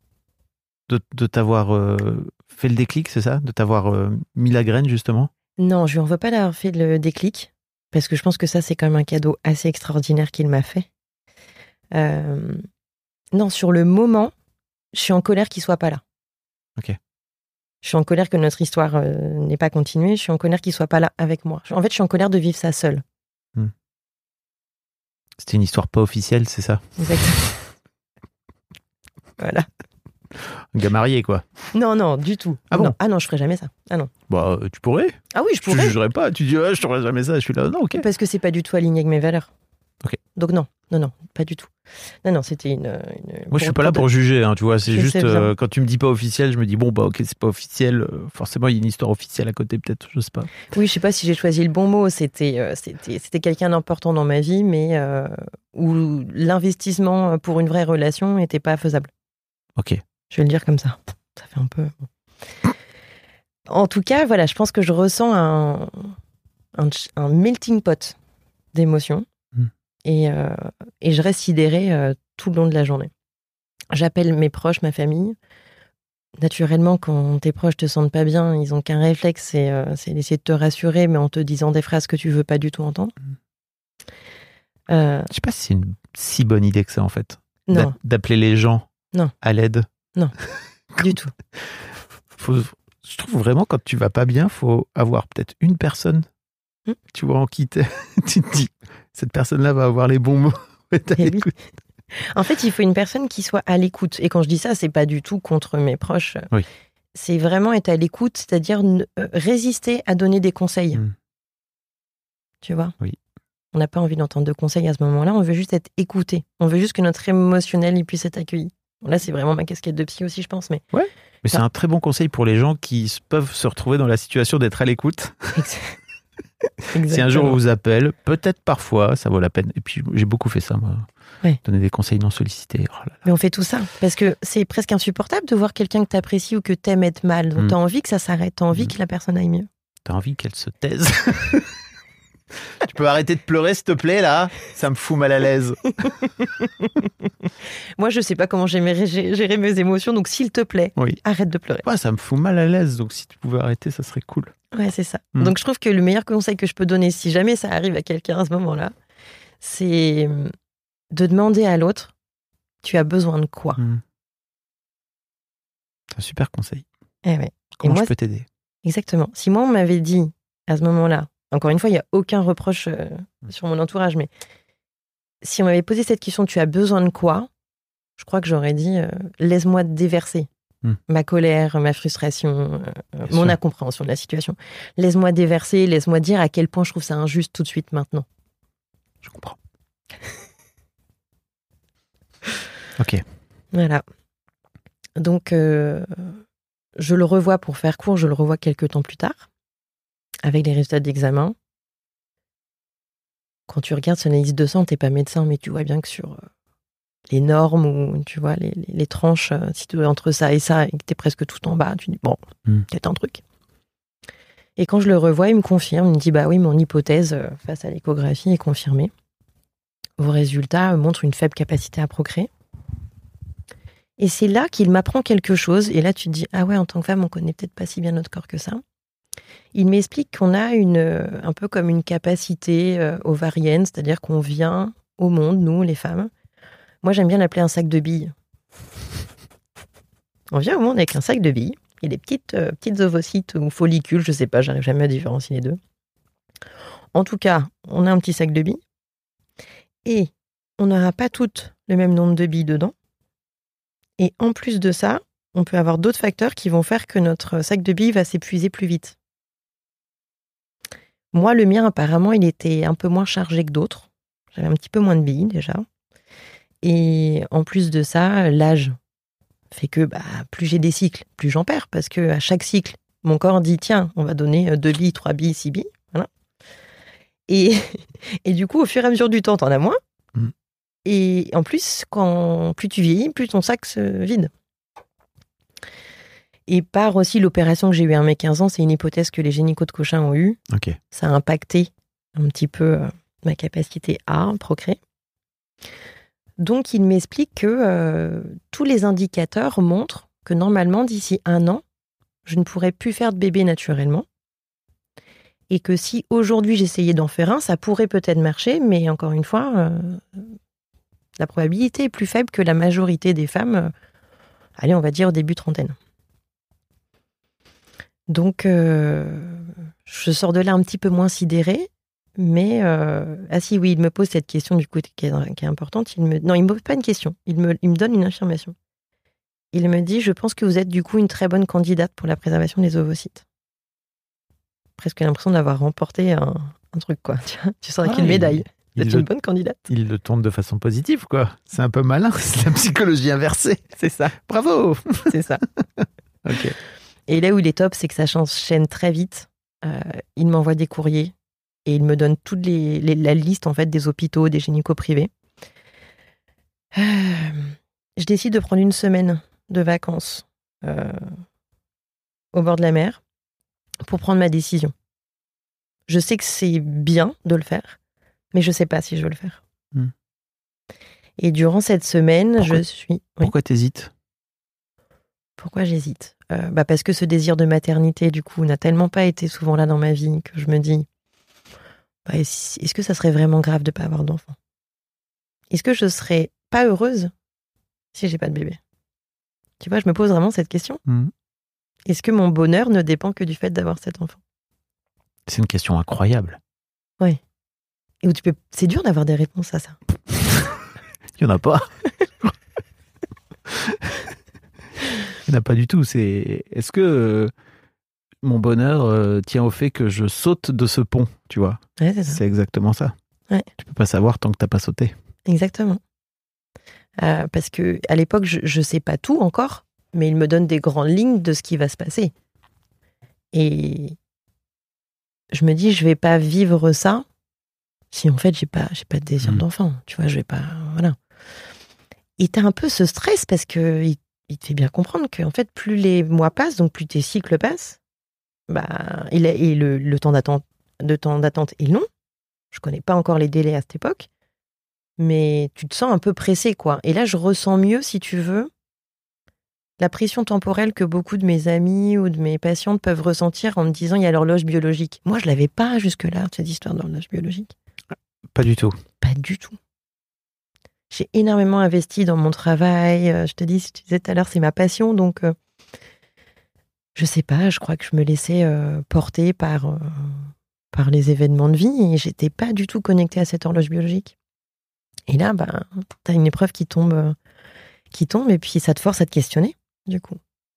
fait le déclic, c'est ça ? De t'avoir mis la graine, justement ? Non, je lui en veux pas d'avoir fait le déclic, parce que je pense que ça, c'est quand même un cadeau assez extraordinaire qu'il m'a fait. Non, sur le moment, je suis en colère qu'il soit pas là. Ok. Je suis en colère que notre histoire n'ait pas continué. Je suis en colère qu'il soit pas là avec moi. En fait, je suis en colère de vivre ça seule. C'était une histoire pas officielle, c'est ça? Exactement. Voilà. Un gars marié, quoi. Non, du tout. Ah bon? Non, je ferais jamais ça. Ah non. Bah, tu pourrais. Ah oui, je Je pourrais. te jugerais pas. Tu dis, je ferais jamais ça. Je suis là, non, ok. Parce que c'est pas du tout aligné avec mes valeurs. Ok. Donc non, pas du tout. Non, c'était une Moi, je suis pas là pour juger, hein, tu vois. C'est Je juste, sais bien. quand tu me dis pas officiel, je me dis, bon, bah, ok, c'est pas officiel. Forcément, il y a une histoire officielle à côté, peut-être, je sais pas. Oui, je sais pas si j'ai choisi le bon mot. C'était quelqu'un d'important dans ma vie, mais où l'investissement pour une vraie relation n'était pas faisable. Ok. Je vais le dire comme ça. Ça fait un peu... En tout cas, voilà, je pense que je ressens un melting pot d'émotions et je reste sidérée tout le long de la journée. J'appelle mes proches, ma famille. Naturellement, quand tes proches te sentent pas bien, ils ont qu'un réflexe, c'est d'essayer de te rassurer, mais en te disant des phrases que tu veux pas du tout entendre. Je sais pas si c'est une si bonne idée que ça, en fait. Non. D'appeler les gens à l'aide. Non, du tout. Je trouve vraiment, quand tu vas pas bien, faut avoir peut-être une personne, tu vois, en qui tu te dis, cette personne-là va avoir les bons mots. Oui. En fait, il faut une personne qui soit à l'écoute. Et quand je dis ça, c'est pas du tout contre mes proches. Oui. C'est vraiment être à l'écoute, c'est-à-dire résister à donner des conseils. Tu vois? Oui. On n'a pas envie d'entendre de conseils à ce moment-là, on veut juste être écouté. On veut juste que notre émotionnel il puisse être accueilli. Bon, là, c'est vraiment ma casquette de psy aussi, je pense. Mais c'est un très bon conseil pour les gens qui peuvent se retrouver dans la situation d'être à l'écoute. Si un jour on vous appelle, peut-être parfois, ça vaut la peine. Et puis, j'ai beaucoup fait ça, moi. Donner des conseils non sollicités. Oh là là. Mais on fait tout ça. Parce que c'est presque insupportable de voir quelqu'un que tu apprécies ou que tu aimes être mal. Donc, tu as envie que ça s'arrête. Tu as envie que la personne aille mieux. Tu as envie qu'elle se taise. Tu peux arrêter de pleurer, s'il te plaît, là? Ça me fout mal à l'aise. Moi, je sais pas comment gérer mes émotions, donc s'il te plaît, arrête de pleurer. Ouais, ça me fout mal à l'aise, donc si tu pouvais arrêter, ça serait cool. Ouais, c'est ça. Donc, je trouve que le meilleur conseil que je peux donner, si jamais ça arrive à quelqu'un à ce moment-là, c'est de demander à l'autre, tu as besoin de quoi? C'est un super conseil. Ouais. Comment je peux t'aider? Exactement. Si moi, on m'avait dit, à ce moment-là, encore une fois, il n'y a aucun reproche sur mon entourage, mais si on m'avait posé cette question, tu as besoin de quoi? Je crois que j'aurais dit, laisse-moi déverser ma colère, ma frustration, mon incompréhension de la situation. Laisse-moi déverser, laisse-moi dire à quel point je trouve ça injuste tout de suite maintenant. Je comprends. Ok. Voilà. Donc, je le revois, pour faire court, je le revois quelques temps plus tard, avec les résultats d'examen. Quand tu regardes son analyse de sang, t'es pas médecin, mais tu vois bien que sur les normes ou tu vois les tranches, si tu es entre ça et que t'es presque tout en bas, tu dis bon, peut-être un truc. Et quand je le revois, il me confirme, il me dit bah oui, mon hypothèse face à l'échographie est confirmée. Vos résultats montrent une faible capacité à procréer. Et c'est là qu'il m'apprend quelque chose. Et là, tu te dis ah ouais, en tant que femme, on connaît peut-être pas si bien notre corps que ça. Il m'explique qu'on a un peu comme une capacité ovarienne, c'est-à-dire qu'on vient au monde, nous, les femmes. Moi, j'aime bien l'appeler un sac de billes. On vient au monde avec un sac de billes. Il y a des petites ovocytes ou follicules, je sais pas, j'arrive jamais à différencier les deux. En tout cas, on a un petit sac de billes. Et on n'aura pas toutes le même nombre de billes dedans. Et en plus de ça, on peut avoir d'autres facteurs qui vont faire que notre sac de billes va s'épuiser plus vite. Moi, le mien, apparemment, il était un peu moins chargé que d'autres. J'avais un petit peu moins de billes, déjà. Et en plus de ça, l'âge fait que plus j'ai des cycles, plus j'en perds. Parce qu'à chaque cycle, mon corps dit, tiens, on va donner 2 billes, 3 billes, 6 billes. Voilà. Et du coup, au fur et à mesure du temps, t'en as moins. Et en plus, plus tu vieillis, plus ton sac se vide. Et par aussi l'opération que j'ai eue à mes 15 ans, c'est une hypothèse que les gynécos de Cochin ont eue. Okay. Ça a impacté un petit peu ma capacité à procréer. Donc, il m'explique que tous les indicateurs montrent que normalement, d'ici 1 an, je ne pourrais plus faire de bébé naturellement. Et que si aujourd'hui j'essayais d'en faire un, ça pourrait peut-être marcher, mais encore une fois, la probabilité est plus faible que la majorité des femmes, allez, on va dire au début trentaine. Donc, je sors de là un petit peu moins sidérée. Mais, ah si, oui, il me pose cette question du coup qui est importante. Non, il me pose pas une question. Il me donne une affirmation. Il me dit, je pense que vous êtes du coup une très bonne candidate pour la préservation des ovocytes. Presque l'impression d'avoir remporté un truc, quoi. Tu sors avec une médaille. Vous êtes une bonne candidate. Il le tourne de façon positive, quoi. C'est un peu malin, c'est la psychologie inversée. C'est ça. Bravo. C'est ça. Ok. Et là où il est top, c'est que ça s'enchaîne très vite. Il m'envoie des courriers. Et il me donne toute la liste en fait, des hôpitaux, des gynécos privés. Je décide de prendre une semaine de vacances au bord de la mer pour prendre ma décision. Je sais que c'est bien de le faire, mais je ne sais pas si je veux le faire. Et durant cette semaine, Pourquoi t'hésites ? Pourquoi j'hésite ? Parce que ce désir de maternité, du coup, n'a tellement pas été souvent là dans ma vie que je me dis... est-ce que ça serait vraiment grave de ne pas avoir d'enfant ? Est-ce que je serais pas heureuse si j'ai pas de bébé ? Tu vois, je me pose vraiment cette question. Est-ce que mon bonheur ne dépend que du fait d'avoir cet enfant ? C'est une question incroyable. Oui. Et où c'est dur d'avoir des réponses à ça. Il n'y en a pas. Il n'y en a pas du tout. Est-ce que... mon bonheur tient au fait que je saute de ce pont, tu vois. Ouais, c'est ça. C'est exactement ça. Ouais. Tu peux pas savoir tant que t'as pas sauté. Exactement. Parce que à l'époque, je sais pas tout encore, mais il me donne des grandes lignes de ce qui va se passer. Et je me dis, je vais pas vivre ça si en fait j'ai pas de désir d'enfant. Tu vois, je vais pas, voilà. Et t'as un peu ce stress parce que il te fait bien comprendre que en fait, plus les mois passent, donc plus tes cycles passent. Et le temps d'attente est long. Je connais pas encore les délais à cette époque, mais tu te sens un peu pressé, quoi. Et là, je ressens mieux, si tu veux, la pression temporelle que beaucoup de mes amis ou de mes patientes peuvent ressentir en me disant il y a l'horloge biologique. Moi, je l'avais pas jusque-là, cette histoire d'horloge biologique. Pas du tout. Pas du tout. J'ai énormément investi dans mon travail. Je te disais tout à l'heure, c'est ma passion, donc... je sais pas, je crois que je me laissais porter par les événements de vie et j'étais pas du tout connectée à cette horloge biologique. Et là, t'as une épreuve qui tombe et puis ça te force à te questionner, du coup.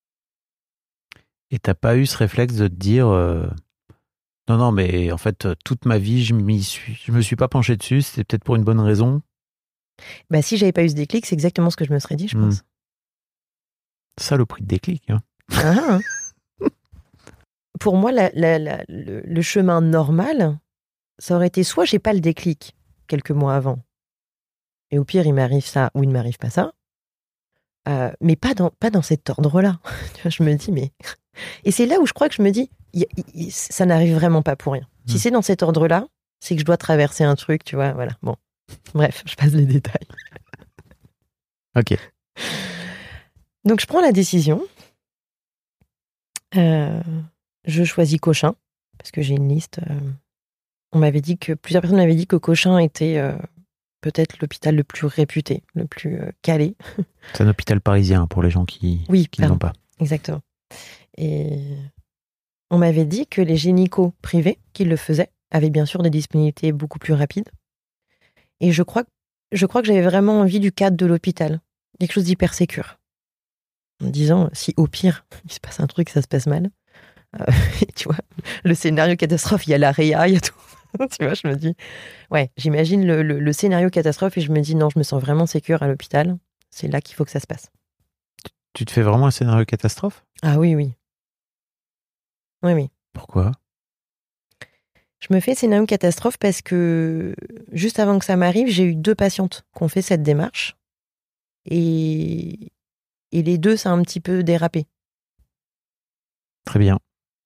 Et t'as pas eu ce réflexe de te dire non, mais en fait, toute ma vie, je me suis pas penché dessus, c'était peut-être pour une bonne raison. Si j'avais pas eu ce déclic, c'est exactement ce que je me serais dit, je pense. Ça, le prix de déclic, hein. Ah. Pour moi, le chemin normal, ça aurait été soit j'ai pas le déclic quelques mois avant, et au pire, il m'arrive ça ou il ne m'arrive pas ça, mais pas dans cet ordre-là. Tu vois, je me dis, mais... Et c'est là où je crois que je me dis, ça n'arrive vraiment pas pour rien. Si c'est dans cet ordre-là, c'est que je dois traverser un truc, tu vois, voilà. Bon, bref, je passe les détails. Ok. Donc, je prends la décision. Je choisis Cochin, parce que j'ai une liste. Plusieurs personnes m'avaient dit que Cochin était peut-être l'hôpital le plus réputé, le plus calé. C'est un hôpital parisien pour les gens qui n'ont pas. Exactement. Et on m'avait dit que les gynécos privés qui le faisaient avaient bien sûr des disponibilités beaucoup plus rapides. Et je crois que j'avais vraiment envie du cadre de l'hôpital, quelque chose d'hyper sécure. En me disant, si au pire, il se passe un truc, ça se passe mal. Tu vois, le scénario catastrophe, il y a la réa, il y a tout. Tu vois, je me dis, ouais, j'imagine le scénario catastrophe et je me dis, non, je me sens vraiment sécure à l'hôpital. C'est là qu'il faut que ça se passe. Tu te fais vraiment un scénario catastrophe ? Ah oui, oui. Oui, oui. Pourquoi ? Je me fais scénario catastrophe parce que juste avant que ça m'arrive, j'ai eu 2 patientes qui ont fait cette démarche. Et les 2, ça a un petit peu dérapé. Très bien.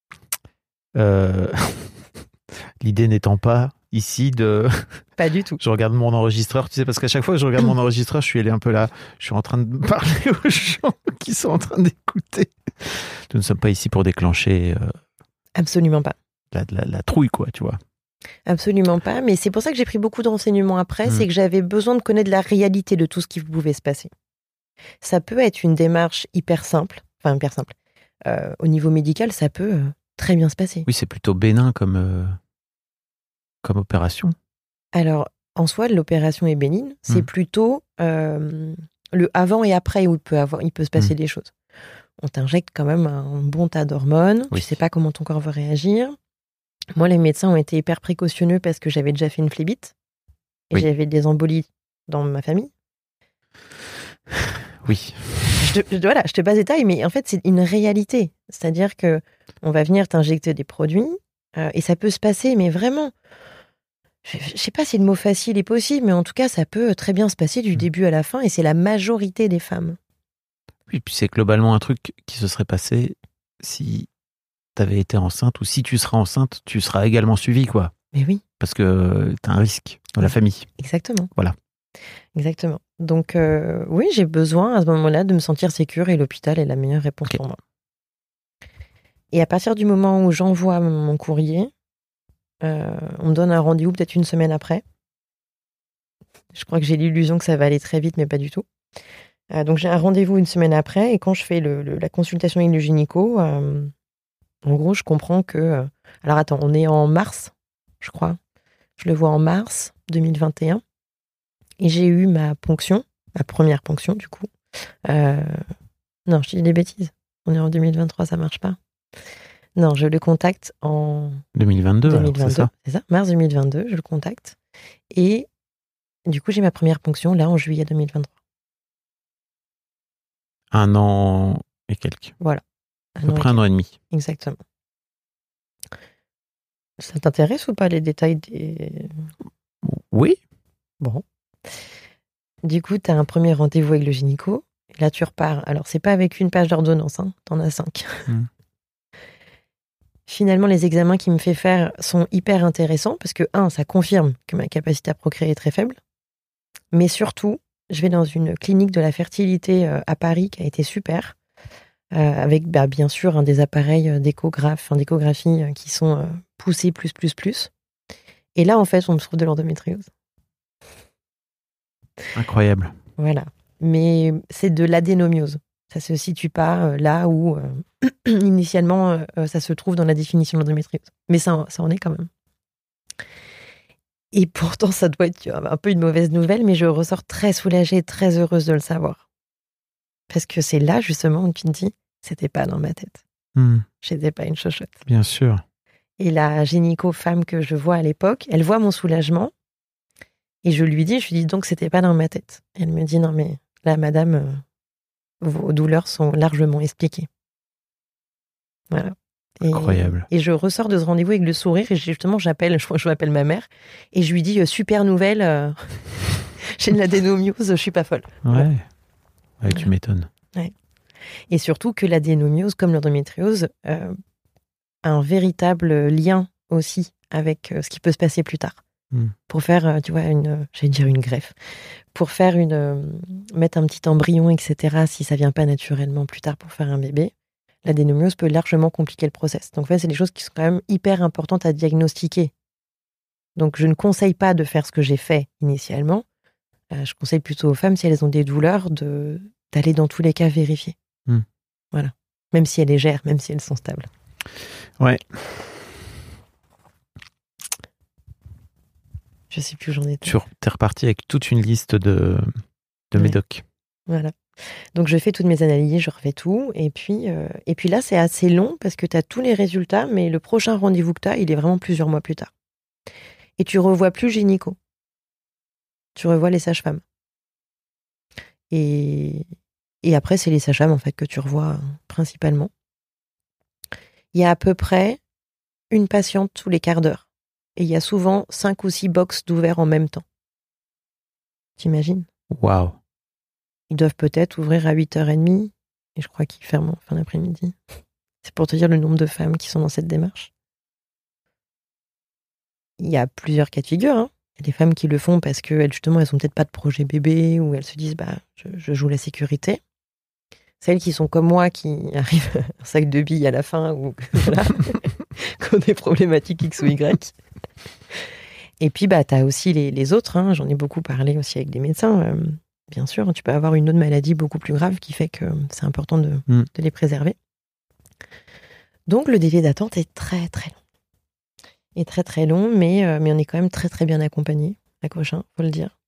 L'idée n'étant pas ici de... Pas du tout. Je regarde mon enregistreur, tu sais, parce qu'à chaque fois que je regarde mon enregistreur, je suis allé un peu là. Je suis en train de parler aux gens qui sont en train d'écouter. Nous ne sommes pas ici pour déclencher... Absolument pas. La trouille, quoi, tu vois. Absolument pas. Mais c'est pour ça que j'ai pris beaucoup de renseignements après. C'est que j'avais besoin de connaître la réalité de tout ce qui pouvait se passer. Ça peut être une démarche hyper simple. Enfin, hyper simple. au niveau médical, ça peut très bien se passer. Oui, c'est plutôt bénin comme opération. Alors, en soi, l'opération est bénigne. C'est plutôt le avant et après où il peut se passer des choses. On t'injecte quand même un bon tas d'hormones. Oui. Tu sais pas comment ton corps va réagir. Moi, les médecins ont été hyper précautionneux parce que j'avais déjà fait une phlébite. Et j'avais des embolies dans ma famille. Oui. Je te passe des détails, mais en fait, c'est une réalité. C'est-à-dire que on va venir t'injecter des produits et ça peut se passer, mais vraiment... Je sais pas si le mot facile est possible, mais en tout cas, ça peut très bien se passer du début à la fin, et c'est la majorité des femmes. Oui, puis c'est globalement un truc qui se serait passé si tu avais été enceinte, ou si tu seras enceinte, tu seras également suivie, quoi. Mais oui. Parce que tu as un risque dans la famille. Exactement. Voilà. Exactement. Donc, oui, j'ai besoin à ce moment-là de me sentir sécure, et l'hôpital est la meilleure réponse pour moi. Et à partir du moment où j'envoie mon courrier, on me donne un rendez-vous peut-être une semaine après. Je crois que j'ai l'illusion que ça va aller très vite, mais pas du tout. Donc j'ai un rendez-vous une semaine après, et quand je fais la consultation avec le gynéco, en gros, je comprends que... alors attends, on est en mars, je crois. Je le vois en mars 2021. Et j'ai eu ma ponction, ma première ponction, du coup. Non, je dis des bêtises. On est en 2023, ça marche pas. Non, je le contacte en 2022, c'est ça. C'est ça, mars 2022, je le contacte. Et du coup, j'ai ma première ponction là en juillet 2023. 1 an et quelques. Voilà. À peu près 1 an et demi. Exactement. Ça t'intéresse ou pas les détails des... Oui. Bon. Du coup, tu as un premier rendez-vous avec le gynéco. Et là, tu repars. Alors, c'est pas avec une page d'ordonnance, hein. T'en as 5. Finalement, les examens qu'il me fait faire sont hyper intéressants parce que, ça confirme que ma capacité à procréer est très faible. Mais surtout, je vais dans une clinique de la fertilité à Paris qui a été super, avec bien sûr des appareils d'échographie qui sont poussés plus. Et là, en fait, on me trouve de l'endométriose. Incroyable. Voilà. Mais c'est de l'adénomiose. Ça se situe pas là où, initialement, ça se trouve dans la définition de l'endométriose. Mais ça en est quand même. Et pourtant, ça doit être un peu une mauvaise nouvelle, mais je ressors très soulagée, très heureuse de le savoir. Parce que c'est là, justement, où tu te dis, c'était pas dans ma tête. J'étais pas une chochotte. Bien sûr. Et la gynéco femme que je vois à l'époque, elle voit mon soulagement, et je lui dis donc c'était pas dans ma tête. Et elle me dit, non mais là, madame, vos douleurs sont largement expliquées. Voilà. Incroyable. Et je ressors de ce rendez-vous avec le sourire, et justement, je m'appelle ma mère, et je lui dis, super nouvelle, j'ai de l'adénomiose, je suis pas folle. Ouais, tu m'étonnes. Ouais. Et surtout que l'adénomiose, comme l'endométriose, a un véritable lien aussi avec ce qui peut se passer plus tard. Pour faire, tu vois, une greffe. Pour faire mettre un petit embryon, etc., si ça vient pas naturellement plus tard pour faire un bébé, l'adénomiose peut largement compliquer le process. Donc, en fait, c'est des choses qui sont quand même hyper importantes à diagnostiquer. Donc, je ne conseille pas de faire ce que j'ai fait initialement. Je conseille plutôt aux femmes, si elles ont des douleurs, d'aller dans tous les cas vérifier. Voilà. Même si elles légères, même si elles sont stables. Ouais. Je sais plus où j'en étais. T'es reparti avec toute une liste de médocs. Voilà. Donc, je fais toutes mes analyses, je refais tout. Et puis là, c'est assez long parce que tu as tous les résultats, mais le prochain rendez-vous que tu as, il est vraiment plusieurs mois plus tard. Et tu revois plus le gynéco. Tu revois les sages-femmes. Et après, c'est les sages-femmes, en fait, que tu revois principalement. Il y a à peu près une patiente tous les quarts d'heure. Et il y a souvent 5 ou 6 box d'ouverts en même temps. T'imagines ? Waouh. Ils doivent peut-être ouvrir à 8h30, et je crois qu'ils ferment en fin d'après-midi. C'est pour te dire le nombre de femmes qui sont dans cette démarche. Il y a plusieurs cas de figure. Il y a des femmes qui le font parce qu'elles, justement, elles n'ont peut-être pas de projet bébé, ou elles se disent, je joue la sécurité. Celles qui sont comme moi, qui arrivent un sac de billes à la fin, ou voilà, qui ont des problématiques X ou Y. Et puis, t'as aussi les autres. J'en ai beaucoup parlé aussi avec des médecins. Bien sûr, tu peux avoir une autre maladie beaucoup plus grave qui fait que c'est important de les préserver. Donc le délai d'attente est très très long. Et très très long, mais on est quand même très très bien accompagné à Cochin, faut le dire.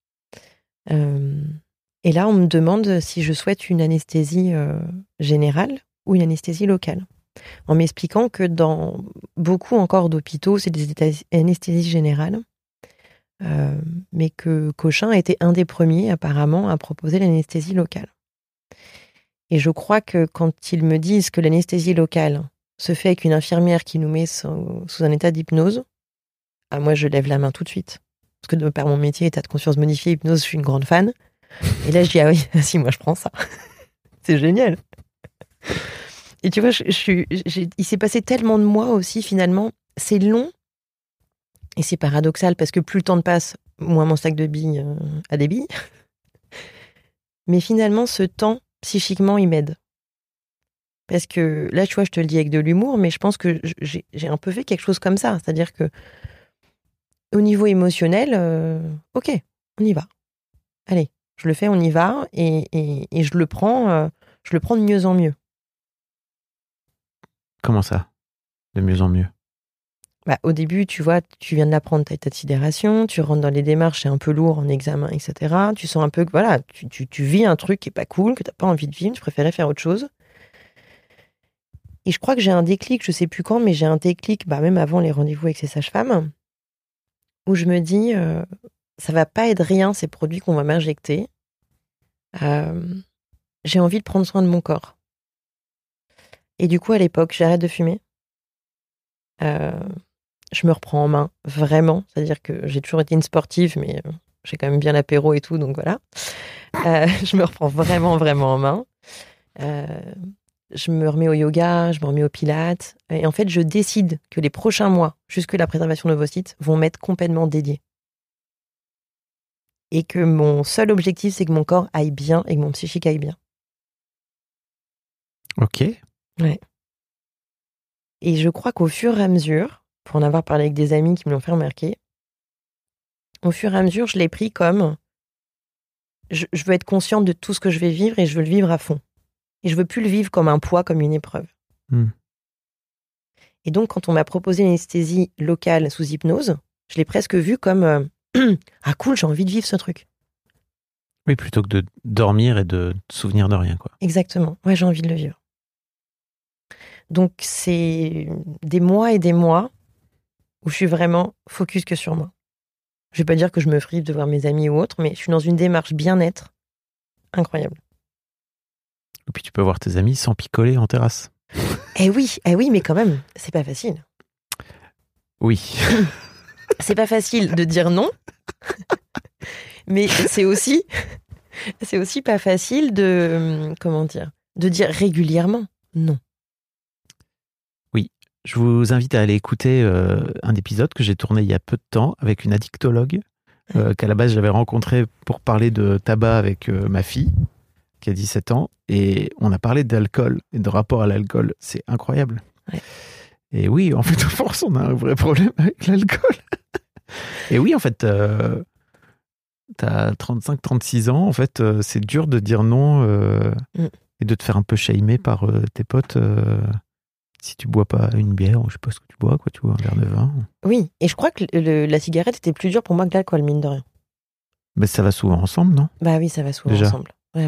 Et là, on me demande si je souhaite une anesthésie générale ou une anesthésie locale. En m'expliquant que dans beaucoup encore d'hôpitaux, c'est des anesthésies générales, mais que Cochin a été un des premiers apparemment à proposer l'anesthésie locale. Et je crois que quand ils me disent que l'anesthésie locale se fait avec une infirmière qui nous met sous un état d'hypnose, moi je lève la main tout de suite. Parce que de par mon métier, état de conscience modifié, hypnose, je suis une grande fan. Et là je dis, ah oui, si, moi je prends ça. C'est génial. Et tu vois, il s'est passé tellement de mois aussi finalement. C'est long et c'est paradoxal parce que plus le temps passe, moins mon sac de billes a des billes. Mais finalement, ce temps, psychiquement, il m'aide. Parce que là, tu vois, je te le dis avec de l'humour, mais je pense que j'ai un peu fait quelque chose comme ça. C'est-à-dire que au niveau émotionnel, ok, on y va. Allez, je le fais, on y va, et je le prends de mieux en mieux. Comment ça? De mieux en mieux? Au début, tu vois, tu viens de l'apprendre, tu as état de sidération, tu rentres dans les démarches, c'est un peu lourd en examen, etc. Tu sens un peu que voilà, tu vis un truc qui est pas cool, que tu n'as pas envie de vivre, tu préférais faire autre chose. Et je crois que j'ai un déclic, je sais plus quand, mais j'ai un déclic, même avant les rendez-vous avec ces sages-femmes, où je me dis, ça va pas être rien, ces produits qu'on va m'injecter. J'ai envie de prendre soin de mon corps. Et du coup, à l'époque, j'arrête de fumer. Je me reprends en main, vraiment. C'est-à-dire que j'ai toujours été une sportive, mais j'ai quand même bien l'apéro et tout, donc voilà. Je me reprends vraiment, vraiment en main. Je me remets au yoga, je me remets au pilates. Et en fait, je décide que les prochains mois, jusque la préservation de l'ovocyte, vont m'être complètement dédiés. Et que mon seul objectif, c'est que mon corps aille bien et que mon psychique aille bien. Ok. Ouais. Et je crois qu'au fur et à mesure, pour en avoir parlé avec des amis qui me l'ont fait remarquer, au fur et à mesure, je l'ai pris comme je veux être consciente de tout ce que je vais vivre et je veux le vivre à fond. Et je veux plus le vivre comme un poids, comme une épreuve. Et donc, quand on m'a proposé une anesthésie locale sous hypnose, je l'ai presque vu comme ah cool, j'ai envie de vivre ce truc. Oui, plutôt que de dormir et de te souvenir de rien, quoi. Exactement. Ouais, j'ai envie de le vivre. Donc, c'est des mois et des mois où je suis vraiment focus que sur moi. Je vais pas dire que je me prive de voir mes amis ou autres, mais je suis dans une démarche bien-être incroyable. Et puis tu peux voir tes amis sans picoler en terrasse. Eh oui, mais quand même, c'est pas facile. Oui. C'est pas facile de dire non, mais c'est aussi pas facile de, de dire régulièrement non. Oui, je vous invite à aller écouter un épisode que j'ai tourné il y a peu de temps avec une addictologue qu'à la base j'avais rencontrée pour parler de tabac avec ma fille qui a 17 ans, et on a parlé d'alcool et de rapport à l'alcool. C'est incroyable. Ouais. Et oui, en fait, à force, on a un vrai problème avec l'alcool. Et oui, en fait, t'as 35-36 ans, en fait, c'est dur de dire non et de te faire un peu shamer par tes potes si tu bois pas une bière, ou je sais pas ce que tu bois, quoi, tu vois, un verre de vin. Oui, et je crois que la cigarette était plus dure pour moi que l'alcool, mine de rien. Mais ça va souvent ensemble, non? Bah oui, ça va souvent ensemble. Ouais.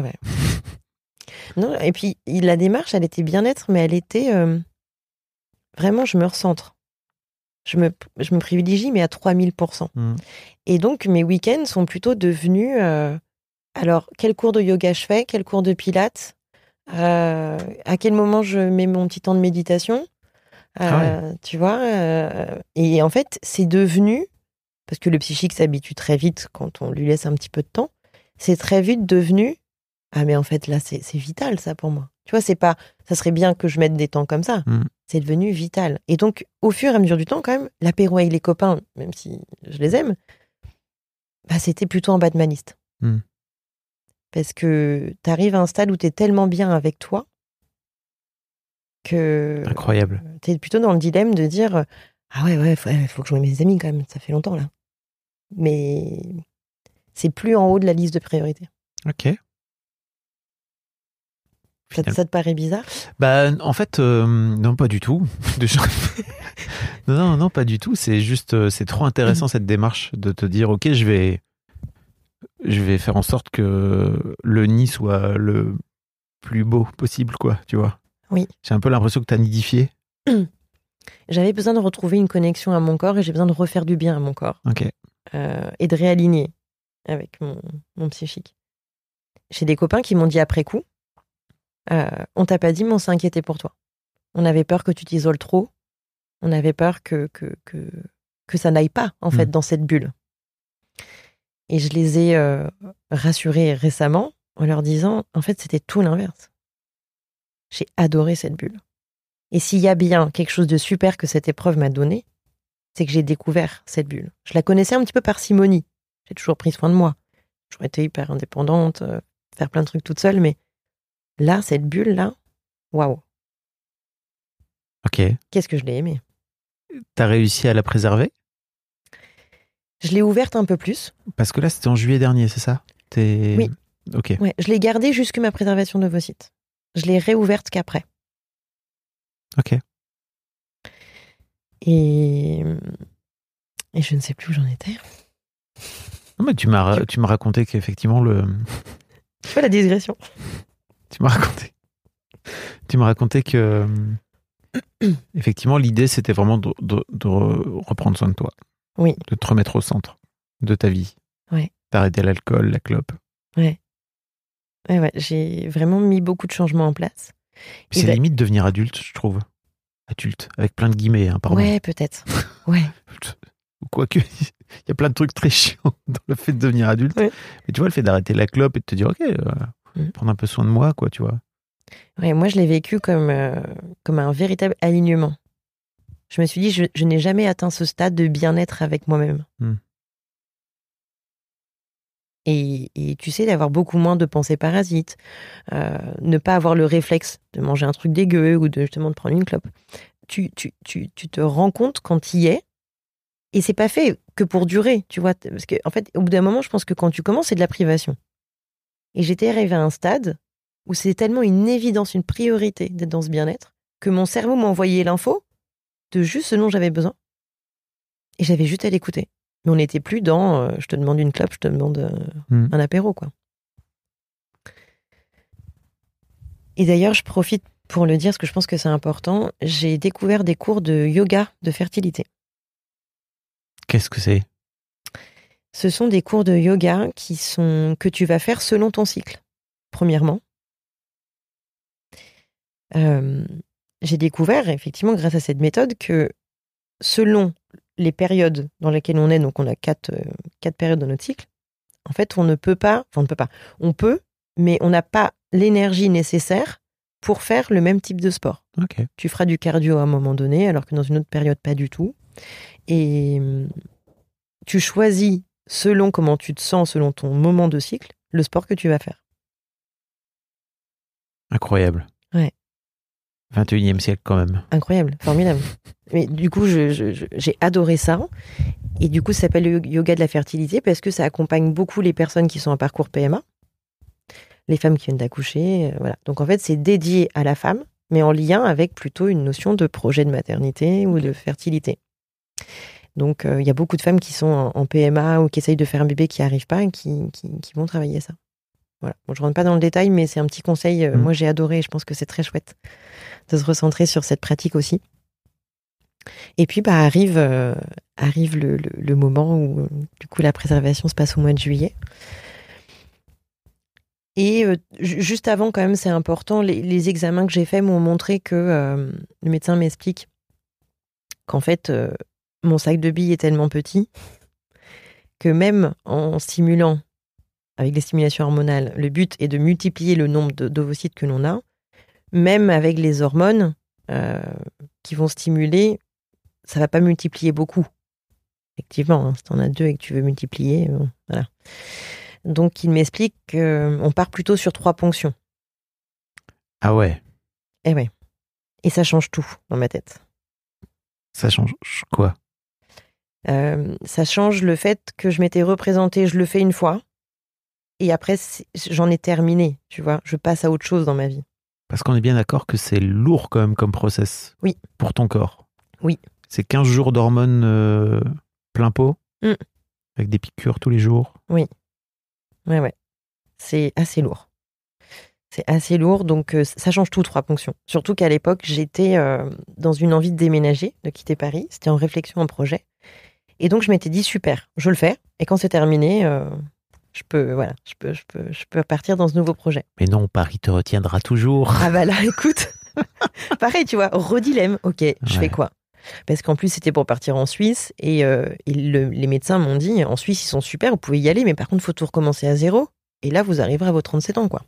Non, et puis la démarche, elle était bien-être, mais elle était vraiment, je me recentre. Je me privilégie, mais à 3000%. Et donc, mes week-ends sont plutôt devenus alors, quel cours de yoga je fais, quel cours de pilates, à quel moment je mets mon petit temps de méditation, tu vois. Et en fait, c'est devenu, parce que le psychique s'habitue très vite quand on lui laisse un petit peu de temps, c'est très vite devenu ah mais en fait là c'est vital ça pour moi. Tu vois, c'est pas ça serait bien que je mette des temps comme ça. C'est devenu vital. Et donc au fur et à mesure du temps quand même, l'apéro avec les copains, même si je les aime, c'était plutôt en bas de ma liste. Parce que t'arrives à un stade où t'es tellement bien avec toi que incroyable. T'es plutôt dans le dilemme de dire ah ouais, faut que je voie mes amis quand même, ça fait longtemps là. Mais c'est plus en haut de la liste de priorités. Ok. Ça te paraît bizarre ? En fait, non, pas du tout. non, pas du tout. C'est juste, c'est trop intéressant cette démarche de te dire, ok, je vais faire en sorte que le nid soit le plus beau possible, quoi, tu vois. Oui. J'ai un peu l'impression que t'as nidifié. J'avais besoin de retrouver une connexion à mon corps et j'ai besoin de refaire du bien à mon corps. Ok. Et de réaligner avec mon psychique. J'ai des copains qui m'ont dit après coup, on t'a pas dit, mais on s'est inquiété pour toi. On avait peur que tu t'isoles trop. On avait peur que ça n'aille pas, en fait, dans cette bulle. Et je les ai rassurés récemment en leur disant, en fait, c'était tout l'inverse. J'ai adoré cette bulle. Et s'il y a bien quelque chose de super que cette épreuve m'a donné, c'est que j'ai découvert cette bulle. Je la connaissais un petit peu par simonie. J'ai toujours pris soin de moi. J'ai toujours été hyper indépendante, faire plein de trucs toute seule, mais là, cette bulle-là, waouh. Ok. Qu'est-ce que je l'ai aimée. T'as réussi à la préserver ? Je l'ai ouverte un peu plus. Parce que là, c'était en juillet dernier, c'est ça ? Oui. Ok. Ouais, je l'ai gardée jusque ma préservation d'ovocytes. Je l'ai réouverte qu'après. Ok. Et je ne sais plus où j'en étais. Non, mais tu m'as raconté qu'effectivement Tu vois la digression. Tu m'as raconté que effectivement l'idée c'était vraiment de reprendre soin de toi. Oui. De te remettre au centre de ta vie. Ouais. D'arrêter l'alcool, la clope. Ouais. Ouais. J'ai vraiment mis beaucoup de changements en place. C'est limite devenir adulte, je trouve. Adulte, avec plein de guillemets, hein, pardon. Ouais, peut-être. Ouais. Quoique, il y a plein de trucs très chiants dans le fait de devenir adulte. Ouais. Mais tu vois, le fait d'arrêter la clope et de te dire, ok, prendre un peu soin de moi, quoi, tu vois. Ouais, moi, je l'ai vécu comme un véritable alignement. Je me suis dit, je n'ai jamais atteint ce stade de bien-être avec moi-même. Et tu sais, d'avoir beaucoup moins de pensées parasites, ne pas avoir le réflexe de manger un truc dégueu ou de justement de prendre une clope. Tu te rends compte quand tu y es, et c'est pas fait que pour durer, tu vois. Parce qu'en fait, au bout d'un moment, je pense que quand tu commences, c'est de la privation. Et j'étais arrivée à un stade où c'est tellement une évidence, une priorité d'être dans ce bien-être, que mon cerveau m'a envoyé l'info de juste ce dont j'avais besoin. Et j'avais juste à l'écouter. Mais on n'était plus dans je te demande une clope, je te demande un apéro, quoi. Et d'ailleurs, je profite pour le dire, parce que je pense que c'est important. J'ai découvert des cours de yoga de fertilité. Qu'est-ce que c'est ? Ce sont des cours de yoga que tu vas faire selon ton cycle, premièrement. J'ai découvert, effectivement, grâce à cette méthode, que selon les périodes dans lesquelles on est, donc on a quatre périodes dans notre cycle, en fait, on peut, mais on n'a pas l'énergie nécessaire pour faire le même type de sport. Okay. Tu feras du cardio à un moment donné, alors que dans une autre période, pas du tout. Et tu choisis, selon comment tu te sens, selon ton moment de cycle, le sport que tu vas faire. Incroyable. Ouais. 21e siècle quand même. Incroyable, formidable. Mais du coup, j'ai adoré ça. Et du coup, ça s'appelle le yoga de la fertilité parce que ça accompagne beaucoup les personnes qui sont en parcours PMA, les femmes qui viennent d'accoucher. Voilà. Donc en fait, c'est dédié à la femme, mais en lien avec plutôt une notion de projet de maternité ou de fertilité. Donc il y a beaucoup de femmes qui sont en PMA ou qui essayent de faire un bébé qui n'y arrive pas et qui vont travailler ça. Voilà. Bon, je ne rentre pas dans le détail, mais c'est un petit conseil. Moi, j'ai adoré et je pense que c'est très chouette de se recentrer sur cette pratique aussi. Et puis, arrive le moment où, du coup, la préservation se passe au mois de juillet. Et juste avant, quand même, c'est important, les examens que j'ai faits m'ont montré que le médecin m'explique qu'en fait, mon sac de billes est tellement petit que même en stimulant avec les stimulations hormonales, le but est de multiplier le nombre d'ovocytes que l'on a. Même avec les hormones qui vont stimuler, ça ne va pas multiplier beaucoup. Effectivement, si tu en as 2 et que tu veux multiplier, voilà. Donc, il m'explique qu'on part plutôt sur 3 ponctions. Ah ouais. Eh ouais. Et ça change tout dans ma tête. Ça change quoi ? Ça change le fait que je m'étais représentée, je le fais une fois, et après, j'en ai terminé, tu vois. Je passe à autre chose dans ma vie. Parce qu'on est bien d'accord que c'est lourd quand même comme process. Oui. Pour ton corps. Oui. C'est 15 jours d'hormones plein pot. Avec des piqûres tous les jours. Oui. Ouais. C'est assez lourd. Donc ça change tout, 3 ponctions. Surtout qu'à l'époque, j'étais dans une envie de déménager, de quitter Paris. C'était en réflexion, en projet. Et donc je m'étais dit, super, je le fais. Et quand c'est terminé, je peux partir dans ce nouveau projet. Mais non, Paris te retiendra toujours. Ah bah là, écoute, pareil, tu vois, redilemme. Ok, je fais quoi? Parce qu'en plus, c'était pour partir en Suisse. Et les médecins m'ont dit, en Suisse, ils sont super, vous pouvez y aller, mais par contre, il faut tout recommencer à zéro. Et là, vous arriverez à vos 37 ans, quoi.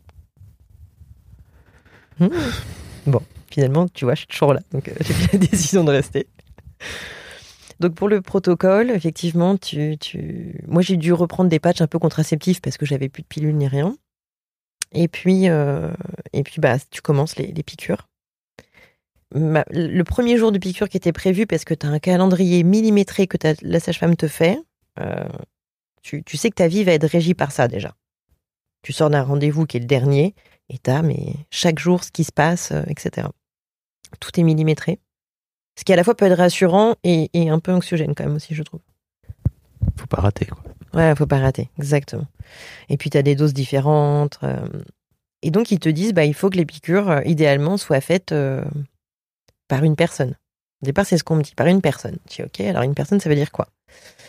Bon, finalement, tu vois, je suis toujours là. Donc, j'ai pris la décision de rester. Donc, pour le protocole, effectivement, moi, j'ai dû reprendre des patchs un peu contraceptifs parce que j'avais plus de pilules ni rien. Et puis tu commences les piqûres. Le premier jour de piqûre qui était prévu, parce que tu as un calendrier millimétré que la sage-femme te fait, tu sais que ta vie va être régie par ça, déjà. Tu sors d'un rendez-vous qui est le dernier, et t'as chaque jour ce qui se passe, etc. Tout est millimétré. Ce qui à la fois peut être rassurant et un peu anxiogène quand même aussi, je trouve. Faut pas rater, quoi. Ouais, faut pas rater, exactement. Et puis t'as des doses différentes. Et donc ils te disent, il faut que les piqûres, idéalement, soient faites par une personne. Au départ, c'est ce qu'on me dit, par une personne. Je dis, ok, alors une personne, ça veut dire quoi?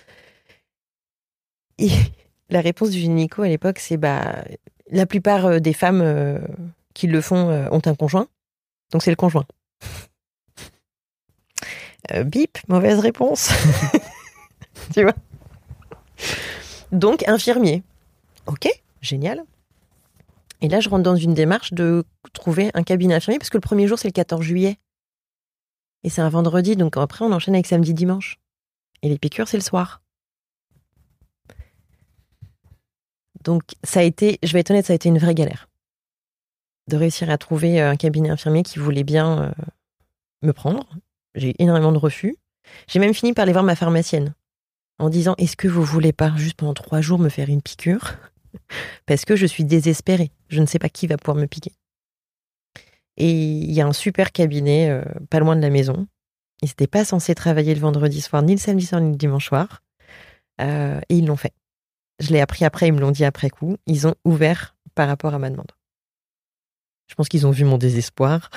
Et la réponse du gynéco à l'époque, c'est la plupart des femmes qui le font ont un conjoint, donc c'est le conjoint. Bip, mauvaise réponse. Tu vois? Donc, infirmier. Ok, génial. Et là, je rentre dans une démarche de trouver un cabinet infirmier, parce que le premier jour, c'est le 14 juillet. Et c'est un vendredi, donc après, on enchaîne avec samedi, dimanche. Et les piqûres, c'est le soir. Donc, ça a été, je vais être honnête, ça a été une vraie galère. De réussir à trouver un cabinet infirmier qui voulait bien me prendre. J'ai eu énormément de refus. J'ai même fini par aller voir ma pharmacienne en disant, est-ce que vous voulez pas juste pendant 3 jours me faire une piqûre? Parce que je suis désespérée. Je ne sais pas qui va pouvoir me piquer. Et il y a un super cabinet pas loin de la maison. Ils n'étaient pas censés travailler le vendredi soir, ni le samedi soir, ni le dimanche soir. Et ils l'ont fait. Je l'ai appris après, ils me l'ont dit après coup. Ils ont ouvert par rapport à ma demande. Je pense qu'ils ont vu mon désespoir.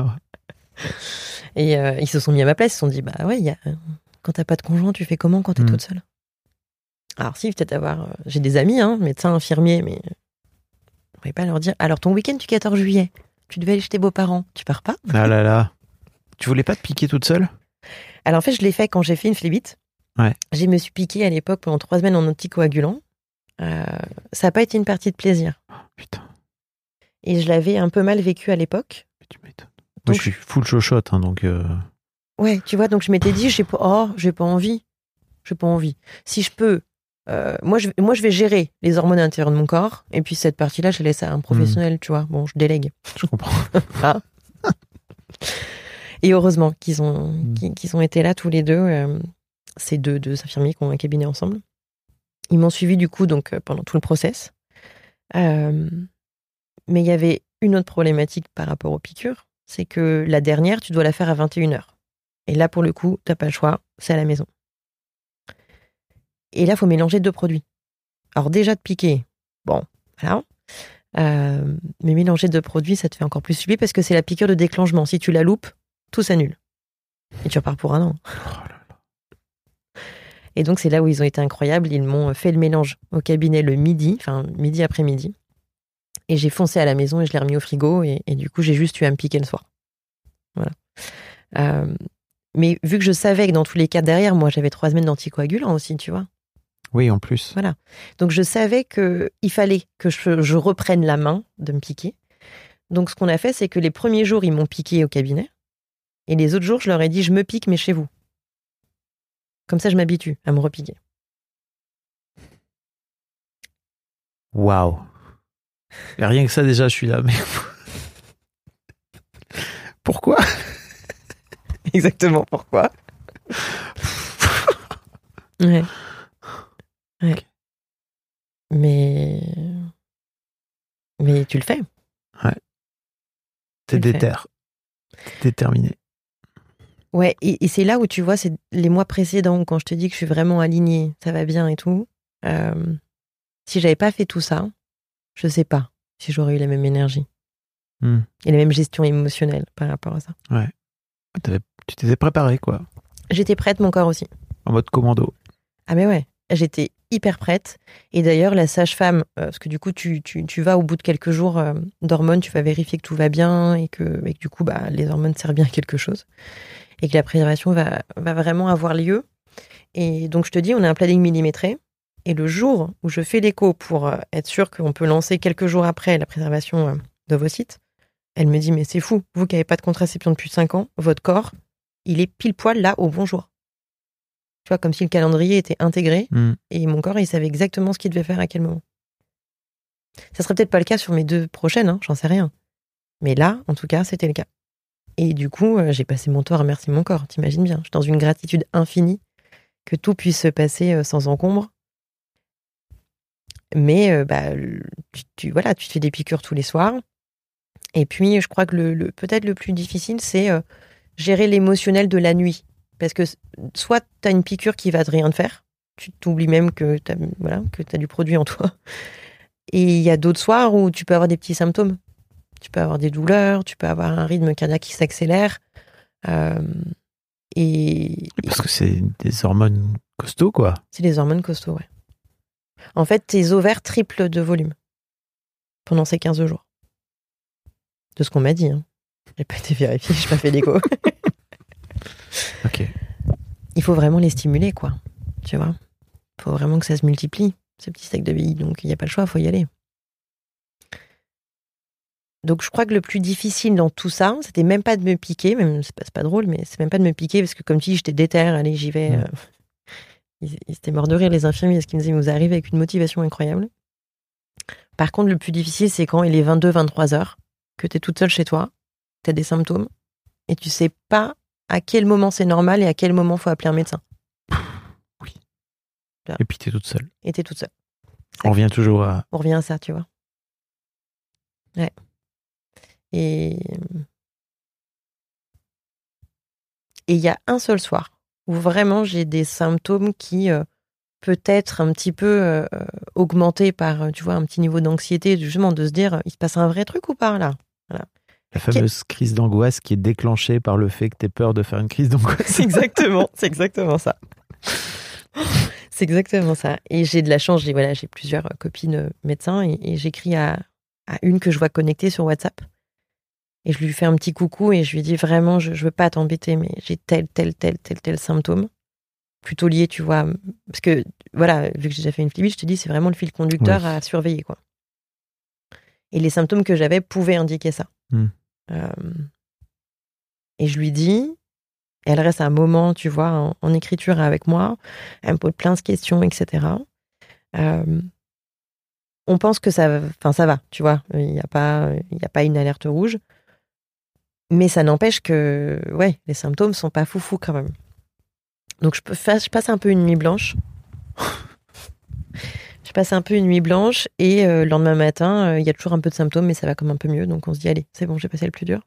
Et ils se sont mis à ma place. Ils se sont dit, quand t'as pas de conjoint, tu fais comment quand t'es toute seule? Alors si, peut-être j'ai des amis, médecins, infirmiers, mais on ne pouvait pas leur dire, alors ton week-end du 14 juillet, tu devais aller chez tes beaux-parents, tu pars pas? Ah là là. Tu voulais pas te piquer toute seule? Alors en fait, je l'ai fait quand j'ai fait une phlébite. Ouais. Je me suis piquée à l'époque pendant 3 semaines en anticoagulant. Ça n'a pas été une partie de plaisir. Oh, putain. Et je l'avais un peu mal vécu à l'époque. Mais tu m'étonnes. Moi, je suis full chochotte, donc... Ouais, tu vois, donc je m'étais dit, j'ai pas envie. J'ai pas envie. Si je peux, moi, je vais gérer les hormones à l'intérieur de mon corps, et puis cette partie-là, je laisse à un professionnel, tu vois. Bon, je délègue. Je comprends. Ah. Et heureusement qu'ils ont été là tous les deux, ces deux infirmiers qui ont un cabinet ensemble. Ils m'ont suivi du coup donc pendant tout le process. Mais il y avait une autre problématique par rapport aux piqûres, c'est que la dernière, tu dois la faire à 21h. Et là, pour le coup, t'as pas le choix, c'est à la maison. Et là, il faut mélanger 2 produits. Alors déjà, de piquer, bon, voilà. Mais mélanger 2 produits, ça te fait encore plus subir parce que c'est la piqûre de déclenchement. Si tu la loupes, tout s'annule. Et tu repars pour 1 an. Et donc, c'est là où ils ont été incroyables. Ils m'ont fait le mélange au cabinet le midi, enfin midi après-midi. Et j'ai foncé à la maison et je l'ai remis au frigo. Et du coup, j'ai juste eu à me piquer le soir. Voilà. Mais vu que je savais que dans tous les cas derrière, moi, j'avais 3 semaines d'anticoagulant aussi, tu vois. Oui, en plus. Voilà. Donc, je savais qu'il fallait que je reprenne la main de me piquer. Donc, ce qu'on a fait, c'est que les premiers jours, ils m'ont piqué au cabinet. Et les autres jours, je leur ai dit, je me pique, mais chez vous. Comme ça, je m'habitue à me repiquer. Waouh. Et rien que ça, déjà, je suis là. Mais pourquoi? Exactement, pourquoi? Ouais. Okay. Mais tu le fais. Ouais. T'es déterminé. Ouais, et c'est là où tu vois, c'est les mois précédents, quand je te dis que je suis vraiment alignée, ça va bien et tout. Si j'avais pas fait tout ça, je sais pas si j'aurais eu la même énergie. Et la même gestion émotionnelle par rapport à ça. Ouais. Tu t'étais préparée, quoi. J'étais prête, mon corps aussi. En mode commando. Ah mais ouais, j'étais hyper prête. Et d'ailleurs, la sage-femme, parce que du coup, tu vas au bout de quelques jours d'hormones, tu vas vérifier que tout va bien et que du coup, les hormones servent bien à quelque chose. Et que la préservation va vraiment avoir lieu. Et donc, je te dis, on a un planning millimétré. Et le jour où je fais l'écho pour être sûr qu'on peut lancer quelques jours après la préservation d'ovocytes, elle me dit, mais c'est fou, vous qui n'avez pas de contraception depuis 5 ans, votre corps, il est pile poil là au bon jour. Tu vois, comme si le calendrier était intégré et mon corps, il savait exactement ce qu'il devait faire à quel moment. Ça serait peut-être pas le cas sur mes 2 prochaines, j'en sais rien. Mais là, en tout cas, c'était le cas. Et du coup, j'ai passé mon temps à remercier mon corps, t'imagines bien. Je suis dans une gratitude infinie que tout puisse se passer sans encombre. Mais tu te fais des piqûres tous les soirs. Et puis, je crois que peut-être le plus difficile, c'est gérer l'émotionnel de la nuit. Parce que soit tu as une piqûre qui va rien te faire, tu t'oublies même que tu as du produit en toi. Et il y a d'autres soirs où tu peux avoir des petits symptômes. Tu peux avoir des douleurs, tu peux avoir un rythme cardiaque qui s'accélère. Parce que c'est des hormones costauds, quoi. C'est des hormones costauds, ouais. En fait, tes ovaires triplent de volume pendant ces 15 jours. De ce qu'on m'a dit. J'ai pas été vérifiée, j'ai pas fait d'écho. Ok. Il faut vraiment les stimuler, quoi. Tu vois ? Il faut vraiment que ça se multiplie, ce petit sac de billes. Donc, il n'y a pas le choix, il faut y aller. Donc, je crois que le plus difficile dans tout ça, c'était même pas de me piquer, même c'est pas drôle, mais c'est même pas de me piquer, parce que comme tu dis, j'étais déter, allez, j'y vais. Ils étaient morts de rire, les infirmiers, parce qu'ils me disaient, vous arrivez avec une motivation incroyable. Par contre, le plus difficile, c'est quand il est 22-23 heures, que tu es toute seule chez toi, tu as des symptômes, et tu sais pas à quel moment c'est normal et à quel moment il faut appeler un médecin. Oui. Et puis tu es toute seule. Et tu es toute seule. On revient toujours à... On revient à ça, tu vois. Ouais. Et il y a un seul soir où vraiment j'ai des symptômes qui peut-être un petit peu augmentés par, tu vois, un petit niveau d'anxiété, justement de se dire, il se passe un vrai truc ou pas là ? Voilà. La fameuse crise d'angoisse qui est déclenchée par le fait que tu aies peur de faire une crise d'angoisse. C'est exactement ça. C'est exactement ça. Et j'ai de la chance, j'ai plusieurs copines médecins et j'écris à une que je vois connectée sur WhatsApp. Et je lui fais un petit coucou et je lui dis vraiment, je veux pas t'embêter, mais j'ai tel symptôme. Plutôt lié, tu vois. Parce que, voilà, vu que j'ai déjà fait une flébite, je te dis, c'est vraiment le fil conducteur à surveiller, quoi. Et les symptômes que j'avais pouvaient indiquer ça. Et je lui dis, et elle reste un moment, tu vois, en écriture avec moi, elle me pose plein de questions, etc. On pense que ça va, tu vois, il n'y a pas une alerte rouge, mais ça n'empêche que, les symptômes sont pas foufous quand même. Donc je passe un peu une nuit blanche. Je passe un peu une nuit blanche et le lendemain matin, il y a toujours un peu de symptômes, mais ça va comme un peu mieux. Donc on se dit, allez, c'est bon, j'ai passé le plus dur.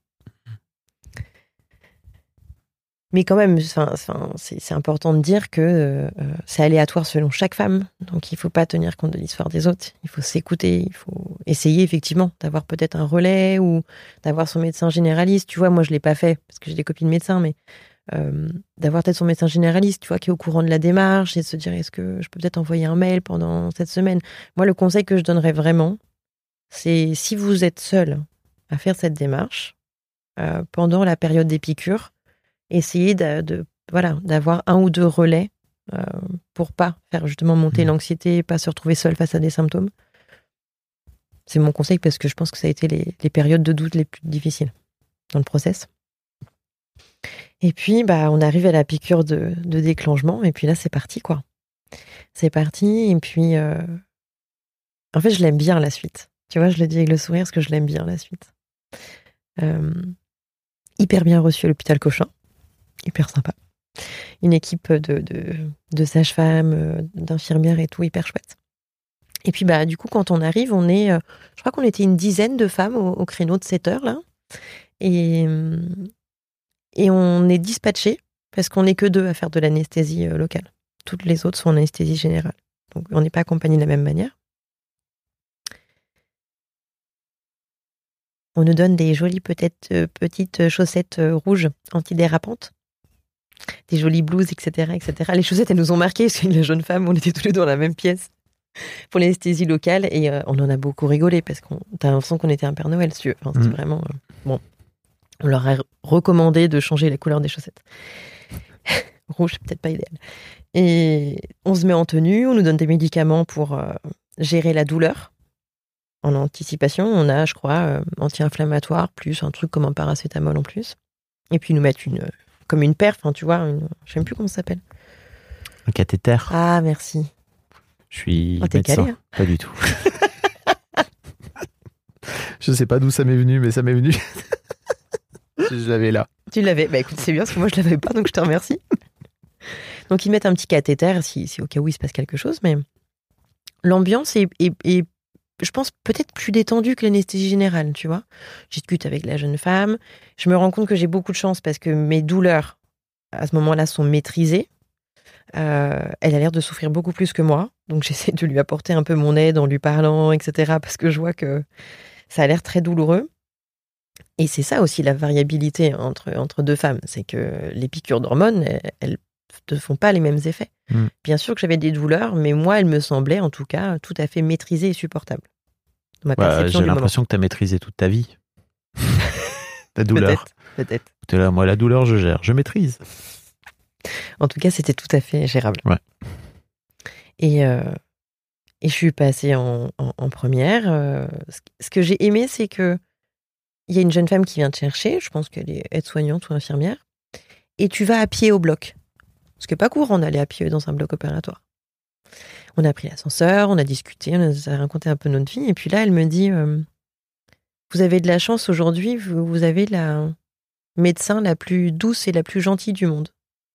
Mais quand même, c'est important de dire que c'est aléatoire selon chaque femme. Donc il ne faut pas tenir compte de l'histoire des autres. Il faut s'écouter. Il faut essayer effectivement d'avoir peut-être un relais ou d'avoir son médecin généraliste. Tu vois, moi je ne l'ai pas fait parce que j'ai des copines médecins, mais d'avoir peut-être son médecin généraliste, tu vois, qui est au courant de la démarche et de se dire, est-ce que je peux peut-être envoyer un mail pendant cette semaine ? Moi, le conseil que je donnerais vraiment, c'est si vous êtes seul à faire cette démarche pendant la période des piqûres, essayez d'avoir 1 ou 2 relais pour pas faire justement monter l'anxiété, pas se retrouver seul face à des symptômes. C'est mon conseil parce que je pense que ça a été les périodes de doute les plus difficiles dans le process. Et puis, on arrive à la piqûre de déclenchement et puis là, c'est parti, quoi. C'est parti et puis... En fait, je l'aime bien, la suite. Tu vois, je le dis avec le sourire parce que je l'aime bien, la suite. Hyper bien reçu à l'hôpital Cochin. Hyper sympa. Une équipe de sages-femmes, d'infirmières et tout, hyper chouette. Et puis, du coup, quand on arrive, on est... je crois qu'on était une dizaine de femmes au créneau de 7 heures, là. Et on est dispatché parce qu'on n'est que 2 à faire de l'anesthésie locale. Toutes les autres sont en anesthésie générale. Donc, on n'est pas accompagnés de la même manière. On nous donne des jolies petites chaussettes rouges antidérapantes. Des jolies blouses, etc., etc. Les chaussettes, elles nous ont marquées parce qu'une jeune femme, on était tous les deux dans la même pièce pour l'anesthésie locale et on en a beaucoup rigolé parce qu'on t'as l'impression qu'on était un Père Noël, si tu veux. Enfin, c'était vraiment bon. On leur a recommandé de changer la couleur des chaussettes. Rouge, c'est peut-être pas idéal. Et on se met en tenue, on nous donne des médicaments pour gérer la douleur. En anticipation, on a, je crois, anti-inflammatoire plus un truc comme un paracétamol en plus. Et puis ils nous mettent comme une perf, tu vois, je sais même plus comment ça s'appelle. Un cathéter. Ah, merci. Je suis t'es médecin. calé, hein. Pas du tout. Je sais pas d'où ça m'est venu, mais ça m'est venu. Je l'avais là. Tu l'avais. Bah écoute, c'est bien parce que moi je l'avais pas, donc je te remercie. Donc ils mettent un petit cathéter si au cas où il se passe quelque chose, mais l'ambiance est je pense peut-être plus détendue que l'anesthésie générale, tu vois. Je discute avec la jeune femme, je me rends compte que j'ai beaucoup de chance parce que mes douleurs à ce moment-là sont maîtrisées. Elle a l'air de souffrir beaucoup plus que moi, donc j'essaie de lui apporter un peu mon aide en lui parlant, etc. parce que je vois que ça a l'air très douloureux. Et c'est ça aussi la variabilité entre 2 femmes, c'est que les piqûres d'hormones, elles ne font pas les mêmes effets. Bien sûr que j'avais des douleurs, mais moi, elles me semblaient en tout cas tout à fait maîtrisées et supportables. J'ai l'impression que tu as maîtrisé toute ta vie. Ta douleur. Peut-être. T'es là, moi, la douleur, je gère, je maîtrise. En tout cas, c'était tout à fait gérable. Ouais. Et je suis passée en première. Ce que j'ai aimé, c'est que il y a une jeune femme qui vient te chercher, je pense qu'elle est aide-soignante ou infirmière, et tu vas à pied au bloc. Parce que pas courant d'aller à pied dans un bloc opératoire. On a pris l'ascenseur, on a discuté, on a raconté un peu notre vie, et puis là, elle me dit vous avez de la chance aujourd'hui, vous avez la médecin la plus douce et la plus gentille du monde.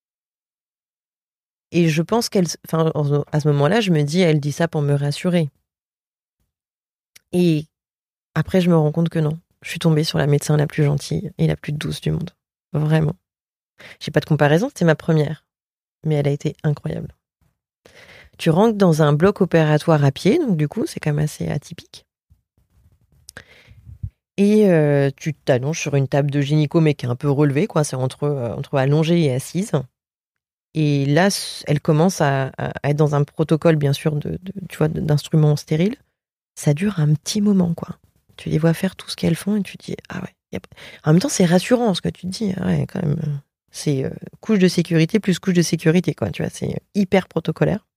Et je pense à ce moment-là, je me dis, elle dit ça pour me rassurer. Et après, je me rends compte que non. Je suis tombée sur la médecin la plus gentille et la plus douce du monde. Vraiment. J'ai pas de comparaison, c'était ma première. Mais elle a été incroyable. Tu rentres dans un bloc opératoire à pied, donc du coup, c'est quand même assez atypique. Et tu t'allonges sur une table de gynéco, mais qui est un peu relevée, quoi. C'est entre allongée et assise. Et là, elle commence à être dans un protocole, bien sûr, tu vois, d'instruments stériles. Ça dure un petit moment, quoi. Tu les vois faire tout ce qu'elles font et tu te dis, ah ouais. En même temps, c'est rassurant ce que tu te dis. Ah ouais, quand même. C'est couche de sécurité plus couche de sécurité, quoi. Tu vois, c'est hyper protocolaire.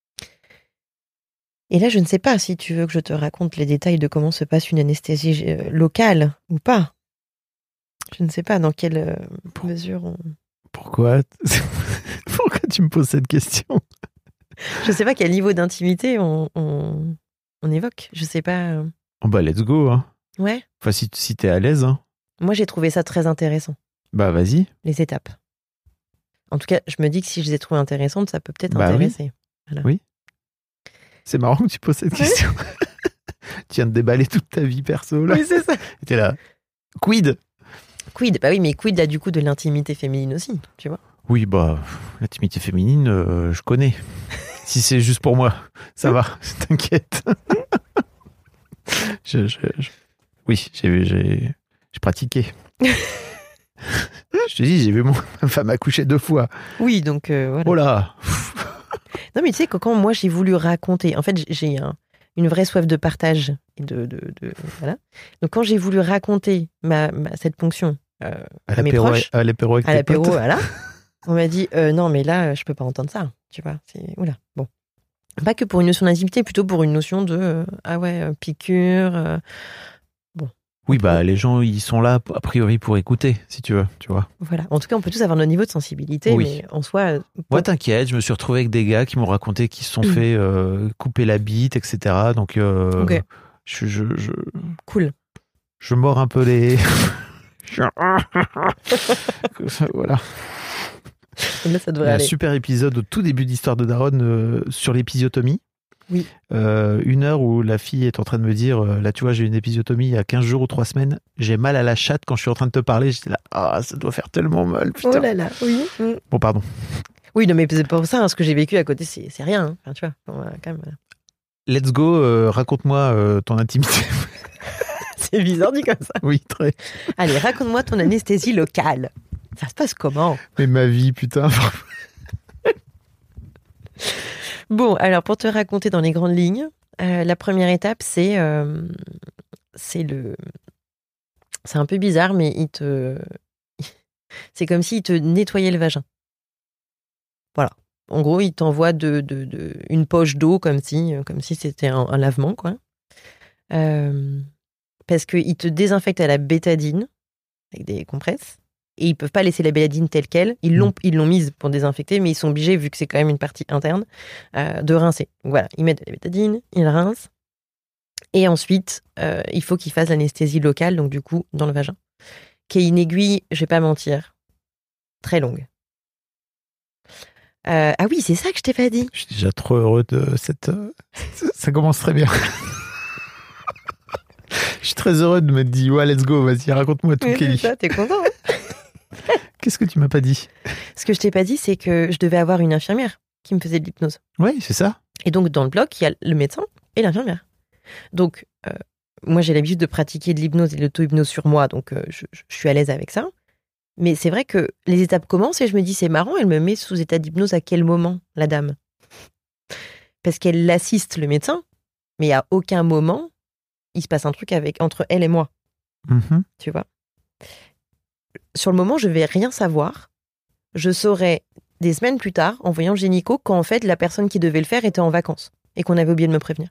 Et là, je ne sais pas si tu veux que je te raconte les détails de comment se passe une anesthésie locale ou pas. Je ne sais pas dans quelle mesure on... Pourquoi tu me poses cette question? Je sais pas quel niveau d'intimité on évoque. Je sais pas. Oh bah let's go, hein. Ouais. Enfin si t'es à l'aise, hein. Moi j'ai trouvé ça très intéressant. Bah vas-y. Les étapes. En tout cas, je me dis que si je les ai trouvées intéressantes, ça peut peut-être intéresser. Oui. Voilà. Oui. C'est marrant que tu poses cette question. Tu viens de déballer toute ta vie perso là. Oui, c'est ça. Et t'es là. Quid? Bah oui, mais quid là du coup de l'intimité féminine aussi, tu vois. Oui, bah l'intimité féminine, je connais. Si c'est juste pour moi, ça va, t'inquiète. Oui, j'ai pratiqué. Je te dis, j'ai vu ma femme accoucher 2 fois. Oui, donc voilà. Oh là. Non, mais tu sais, quand moi j'ai voulu raconter, en fait, j'ai une vraie soif de partage et de voilà. Donc quand j'ai voulu raconter cette ponction à mes proches, à l'apéro avec tes potes. Voilà, on m'a dit non, mais là, je peux pas entendre ça, tu vois. Oula, bon. Pas que pour une notion d'intimité, plutôt pour une notion de piqûre. Bon. Oui, bah les gens, ils sont là a priori pour écouter, si tu veux, tu vois. Voilà. En tout cas, on peut tous avoir notre niveau de sensibilité, oui. Mais en soi. Moi, t'inquiète, je me suis retrouvé avec des gars qui m'ont raconté qu'ils se sont fait couper la bite, etc. Donc, okay. Cool. Je mords un peu les. Voilà. Là, ça devrait Il y a aller. un super épisode au tout début d'Histoire de Daronne sur l'épisiotomie. Oui. 1 heure où la fille est en train de me dire, là tu vois, j'ai une épisiotomie il y a 15 jours ou 3 semaines, j'ai mal à la chatte quand je suis en train de te parler, j'étais là, ça doit faire tellement mal, putain. Oh là là, oui. Bon, pardon. Oui, non, mais c'est pas pour ça, ce que j'ai vécu à côté, c'est rien. Hein. Enfin, tu vois, quand même. Let's go, raconte-moi ton intimité. C'est bizarre dit comme ça. Oui, très. Allez, raconte-moi ton anesthésie locale. Ça se passe comment? Mais ma vie, putain. Bon, alors pour te raconter dans les grandes lignes, la première étape, c'est un peu bizarre, mais c'est comme s'il te nettoyait le vagin. Voilà. En gros, il t'envoie une poche d'eau comme si c'était un lavement, quoi. Parce qu'il te désinfecte à la bétadine avec des compresses. Et ils peuvent pas laisser la bétadine telle quelle. Ils l'ont mise pour désinfecter, mais ils sont obligés, vu que c'est quand même une partie interne, de rincer. Donc voilà, ils mettent de la bétadine, ils rincent. Et ensuite, il faut qu'ils fassent l'anesthésie locale, donc du coup, dans le vagin. Qui est une aiguille, je vais pas mentir, très longue. Ah oui, c'est ça que je t'ai pas dit. Je suis déjà trop heureux de cette... Ça commence très bien. Je suis très heureux de m'être dit, ouais, let's go, vas-y, raconte-moi tout, Kelly. C'est ça, t'es content, hein? Qu'est-ce que tu m'as pas dit? Ce que je t'ai pas dit, c'est que je devais avoir une infirmière qui me faisait de l'hypnose. Oui, c'est ça. Et donc, dans le bloc, il y a le médecin et l'infirmière. Donc, moi, j'ai l'habitude de pratiquer de l'hypnose et de l'auto-hypnose sur moi, donc je suis à l'aise avec ça. Mais c'est vrai que les étapes commencent et je me dis, c'est marrant, elle me met sous état d'hypnose à quel moment, la dame? Parce qu'elle assiste le médecin, mais à aucun moment, il se passe un truc entre elle et moi. Mm-hmm. Tu vois? Sur le moment, je vais rien savoir. Je saurai des semaines plus tard, en voyant le gynéco, quand en fait, la personne qui devait le faire était en vacances et qu'on avait oublié de me prévenir.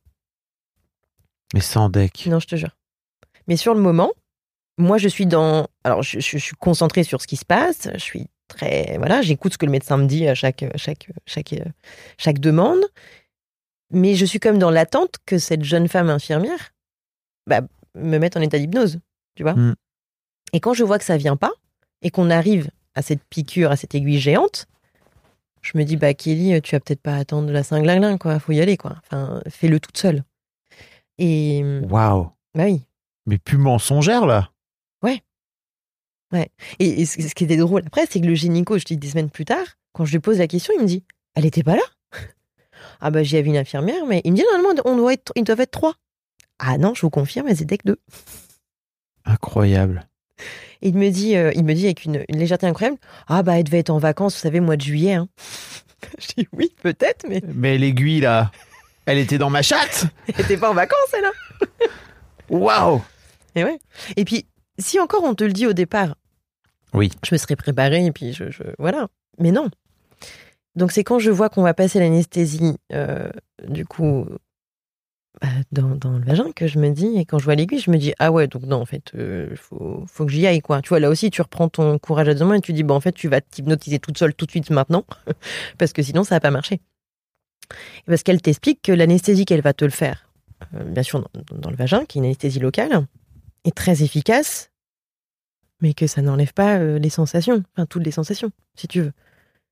Mais sans deck. Non, je te jure. Mais sur le moment, moi, je suis alors, je suis concentrée sur ce qui se passe. Je suis très... Voilà, j'écoute ce que le médecin me dit à chaque demande. Mais je suis comme dans l'attente que cette jeune femme infirmière me mette en état d'hypnose. Tu vois? Mm. Et quand je vois que ça vient pas, et qu'on arrive à cette piqûre, à cette aiguille géante, je me dis, Kelly, tu vas peut-être pas attendre de la cinglinglin, quoi. Faut y aller, quoi. Enfin, fais-le toute seule. Et... Waouh. Bah oui. Mais plus mensongère, là. Ouais. Et ce qui était drôle après, c'est que le gynéco, je te dis des semaines plus tard, quand je lui pose la question, il me dit, elle était pas là? Ah j'y avais une infirmière, mais il me dit, normalement, ils doivent être 3. Ah non, je vous confirme, elles étaient que 2. Incroyable. Et il me dit avec une légèreté incroyable, elle devait être en vacances, vous savez, mois de juillet. Hein. Je dis oui, peut-être, mais... Mais l'aiguille, là, elle était dans ma chatte. Elle était pas en vacances, elle, là. Waouh. Et ouais. Et puis, si encore on te le dit au départ, oui, je me serais préparée, et puis voilà. Mais non. Donc c'est quand je vois qu'on va passer l'anesthésie, du coup... dans le vagin que je me dis, et quand je vois l'aiguille, je me dis, ah ouais, donc non, en fait, faut que j'y aille, quoi. Tu vois, là aussi, tu reprends ton courage à deux mains et tu dis, en fait, tu vas t'hypnotiser toute seule tout de suite maintenant, parce que sinon, ça va pas marcher. Et parce qu'elle t'explique que l'anesthésie qu'elle va te le faire, bien sûr, dans le vagin, qui est une anesthésie locale, est très efficace, mais que ça n'enlève pas les sensations, enfin, toutes les sensations, si tu veux.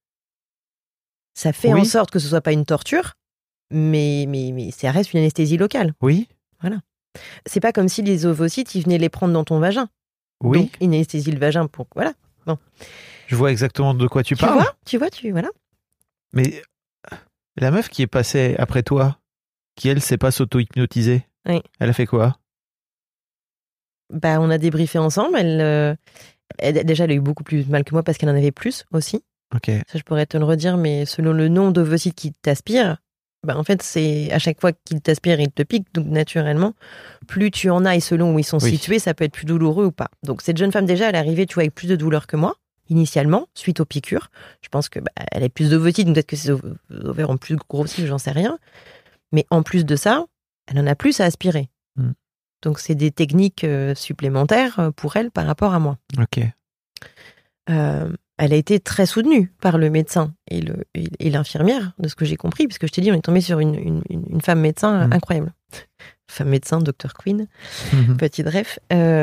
Ça fait en sorte que ce soit pas une torture, mais ça reste une anesthésie locale. Oui. Voilà. C'est pas comme si les ovocytes, ils venaient les prendre dans ton vagin. Oui. Donc, une anesthésie le vagin pour... Voilà. Bon. Je vois exactement de quoi tu parles. Voilà. Mais la meuf qui est passée après toi, qui elle sait pas s'auto-hypnotiser, oui. Elle a fait quoi? On a débriefé ensemble. Elle, déjà, elle a eu beaucoup plus mal que moi parce qu'elle en avait plus aussi. Ok. Ça, je pourrais te le redire, mais selon le nombre d'ovocytes qui t'aspirent, en fait, c'est à chaque fois qu'ils t'aspirent, ils te piquent. Donc, naturellement, plus tu en as et selon où ils sont situés, ça peut être plus douloureux ou pas. Donc, cette jeune femme, déjà, elle est arrivée, tu vois, avec plus de douleur que moi, initialement, suite aux piqûres. Je pense que elle a plus d'ovocytes, donc peut-être que ses ovaires ont plus grossi, j'en sais rien. Mais en plus de ça, elle en a plus à aspirer. Mm. Donc, c'est des techniques supplémentaires pour elle par rapport à moi. Ok. Elle a été très soutenue par le médecin et l'infirmière, de ce que j'ai compris, puisque je t'ai dit, on est tombé sur une femme médecin incroyable. Femme médecin, Dr. Queen, petit ref.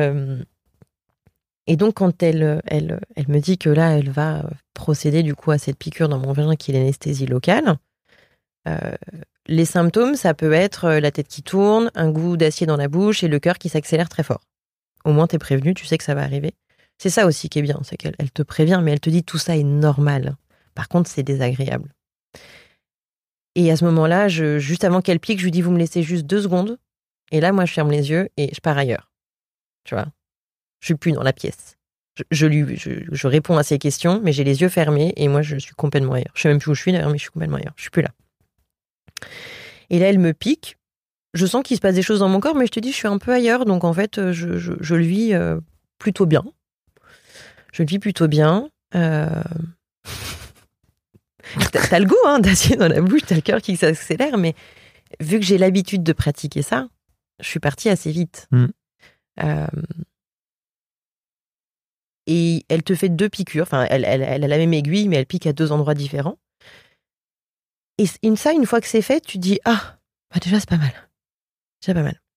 Et donc, quand elle me dit que là, elle va procéder du coup à cette piqûre dans mon vagin qui est l'anesthésie locale, les symptômes, ça peut être la tête qui tourne, un goût d'acier dans la bouche et le cœur qui s'accélère très fort. Au moins, t'es prévenu, tu sais que ça va arriver. C'est ça aussi qui est bien, c'est qu'elle te prévient, mais elle te dit tout ça est normal. Par contre, c'est désagréable. Et à ce moment-là, juste avant qu'elle pique, je lui dis, vous me laissez juste 2 secondes. Et là, moi, je ferme les yeux et je pars ailleurs. Tu vois, je suis plus dans la pièce. Je réponds à ses questions, mais j'ai les yeux fermés et moi, je suis complètement ailleurs. Je sais même plus où je suis d'ailleurs, mais je suis complètement ailleurs. Je suis plus là. Et là, elle me pique. Je sens qu'il se passe des choses dans mon corps, mais je te dis, je suis un peu ailleurs. Donc, en fait, je le vis plutôt bien. Je le vis plutôt bien. T'as le goût d'acier dans la bouche, t'as le cœur qui s'accélère, mais vu que j'ai l'habitude de pratiquer ça, je suis partie assez vite. Et elle te fait 2 piqûres. Enfin, elle a la même aiguille, mais elle pique à 2 endroits différents. Et ça, une fois que c'est fait, tu te dis, bah déjà, c'est pas mal. C'est pas mal.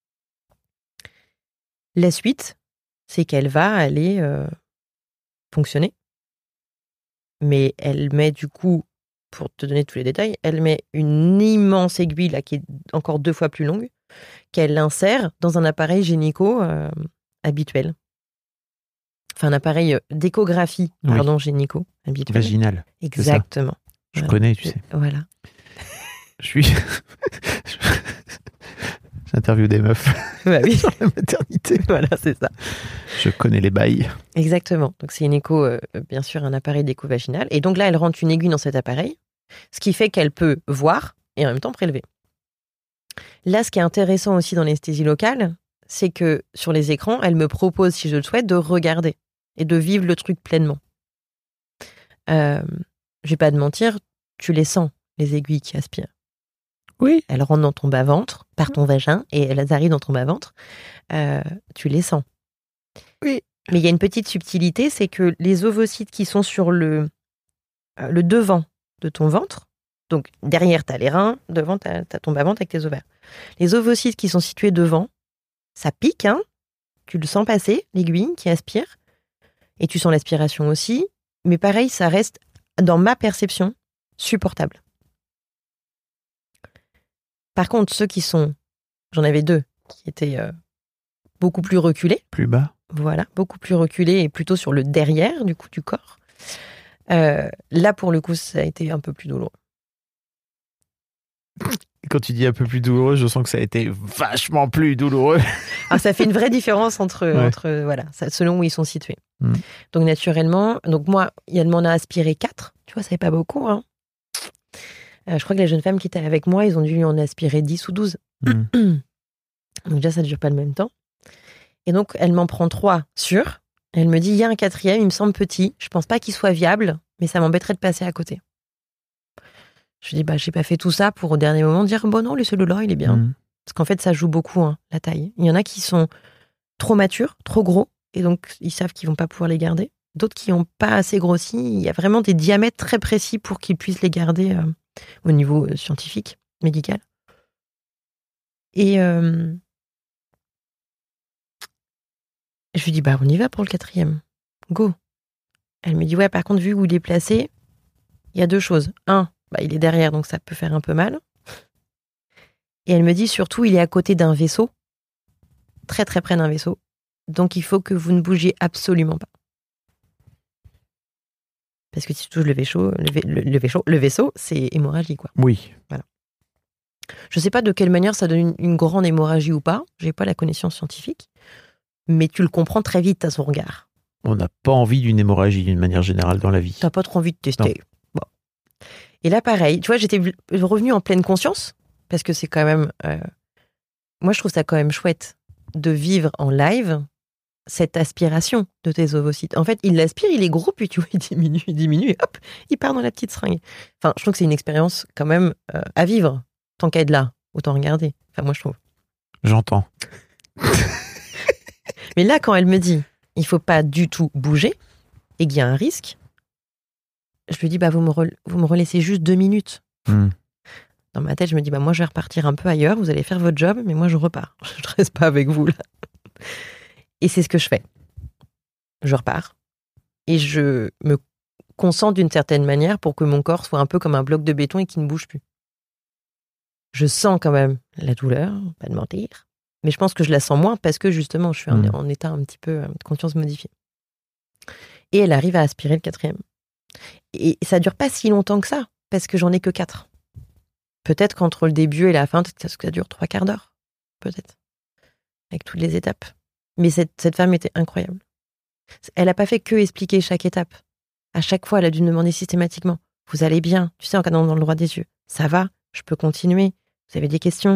La suite, c'est qu'elle va aller fonctionner. Mais elle met du coup, pour te donner tous les détails, elle met une immense aiguille là, qui est encore 2 fois plus longue, qu'elle insère dans un appareil gynéco habituel. Enfin, un appareil d'échographie, gynéco habituel. Vaginal. Exactement. Je connais, tu sais. Voilà. J'interviewe des meufs sur la maternité. Voilà, c'est ça. Je connais les bails. Exactement. Donc, c'est une écho, bien sûr, un appareil d'écho vaginal. Et donc là, elle rentre une aiguille dans cet appareil, ce qui fait qu'elle peut voir et en même temps prélever. Là, ce qui est intéressant aussi dans l'anesthésie locale, c'est que sur les écrans, elle me propose, si je le souhaite, de regarder et de vivre le truc pleinement. Je vais pas te mentir, tu les sens, les aiguilles qui aspirent. Oui. Elles rentrent dans ton bas-ventre, par ton vagin, et elles arrivent dans ton bas-ventre. Tu les sens. Oui. Mais il y a une petite subtilité, c'est que les ovocytes qui sont sur le devant de ton ventre, donc derrière, tu as les reins, devant, tu as ton bas-ventre avec tes ovaires. Les ovocytes qui sont situés devant, ça pique, tu le sens passer, l'aiguille qui aspire, et tu sens l'aspiration aussi. Mais pareil, ça reste, dans ma perception, supportable. Par contre, ceux qui sont... J'en avais 2 qui étaient beaucoup plus reculés. Plus bas. Voilà, beaucoup plus reculés et plutôt sur le derrière du corps. Là, pour le coup, ça a été un peu plus douloureux. Quand tu dis un peu plus douloureux, je sens que ça a été vachement plus douloureux. Alors, ça fait une vraie différence entre voilà, selon où ils sont situés. Donc, naturellement, moi, elle m'en a aspiré 4. Tu vois, ça n'est pas beaucoup, je crois que les jeunes femmes qui étaient avec moi, ils ont dû lui en aspirer 10 ou 12. Donc déjà, ça ne dure pas le même temps. Et donc, elle m'en prend 3 sûrs. Elle me dit, il y a un 4e, il me semble petit. Je ne pense pas qu'il soit viable, mais ça m'embêterait de passer à côté. Je lui dis, j'ai pas fait tout ça pour au dernier moment dire, bon non, le celluloid, il est bien. Parce qu'en fait, ça joue beaucoup, la taille. Il y en a qui sont trop matures, trop gros, et donc ils savent qu'ils vont pas pouvoir les garder. D'autres qui n'ont pas assez grossi. Il y a vraiment des diamètres très précis pour qu'ils puissent les garder au niveau scientifique, médical. Et je lui dis, on y va pour le 4e. Go. Elle me dit, ouais, par contre, vu où il est placé, il y a 2 choses. 1, il est derrière, donc ça peut faire un peu mal. Et elle me dit, surtout, il est à côté d'un vaisseau, très très près d'un vaisseau. Donc, il faut que vous ne bougiez absolument pas. Parce que si tu touches le vaisseau, c'est hémorragie, quoi. Oui. Voilà. Je ne sais pas de quelle manière ça donne une grande hémorragie ou pas. Je n'ai pas la connaissance scientifique. Mais tu le comprends très vite à son regard. On n'a pas envie d'une hémorragie d'une manière générale dans la vie. Tu n'as pas trop envie de tester. Bon. Et là, pareil. Tu vois, j'étais revenue en pleine conscience. Parce que c'est quand même... moi, je trouve ça quand même chouette de vivre en live cette aspiration de tes ovocytes. En fait, il l'aspire, il est gros, puis tu vois, il diminue, et hop, il part dans la petite seringue. Enfin, je trouve que c'est une expérience quand même à vivre. Tant qu'à être là, autant regarder. Enfin, moi, je trouve. J'entends. Mais là, quand elle me dit, il faut pas du tout bouger, et qu'il y a un risque, je lui dis, vous me relaissez juste 2 minutes. Dans ma tête, je me dis, moi, je vais repartir un peu ailleurs, vous allez faire votre job, mais moi, je repars. Je reste pas avec vous, là. Et c'est ce que je fais. Je repars. Et je me concentre d'une certaine manière pour que mon corps soit un peu comme un bloc de béton et qu'il ne bouge plus. Je sens quand même la douleur, pas de mentir. Mais je pense que je la sens moins parce que justement, je suis en état un petit peu de conscience modifiée. Et elle arrive à aspirer le 4e. Et ça dure pas si longtemps que ça, parce que j'en ai que 4. Peut-être qu'entre le début et la fin, peut-être que ça dure 3/4 d'heure. Peut-être. Avec toutes les étapes. Mais cette femme était incroyable. Elle n'a pas fait que expliquer chaque étape. À chaque fois, elle a dû me demander systématiquement « Vous allez bien ?» Tu sais, en regardant dans le droit des yeux. « Ça va ? Je peux continuer ? Vous avez des questions ?»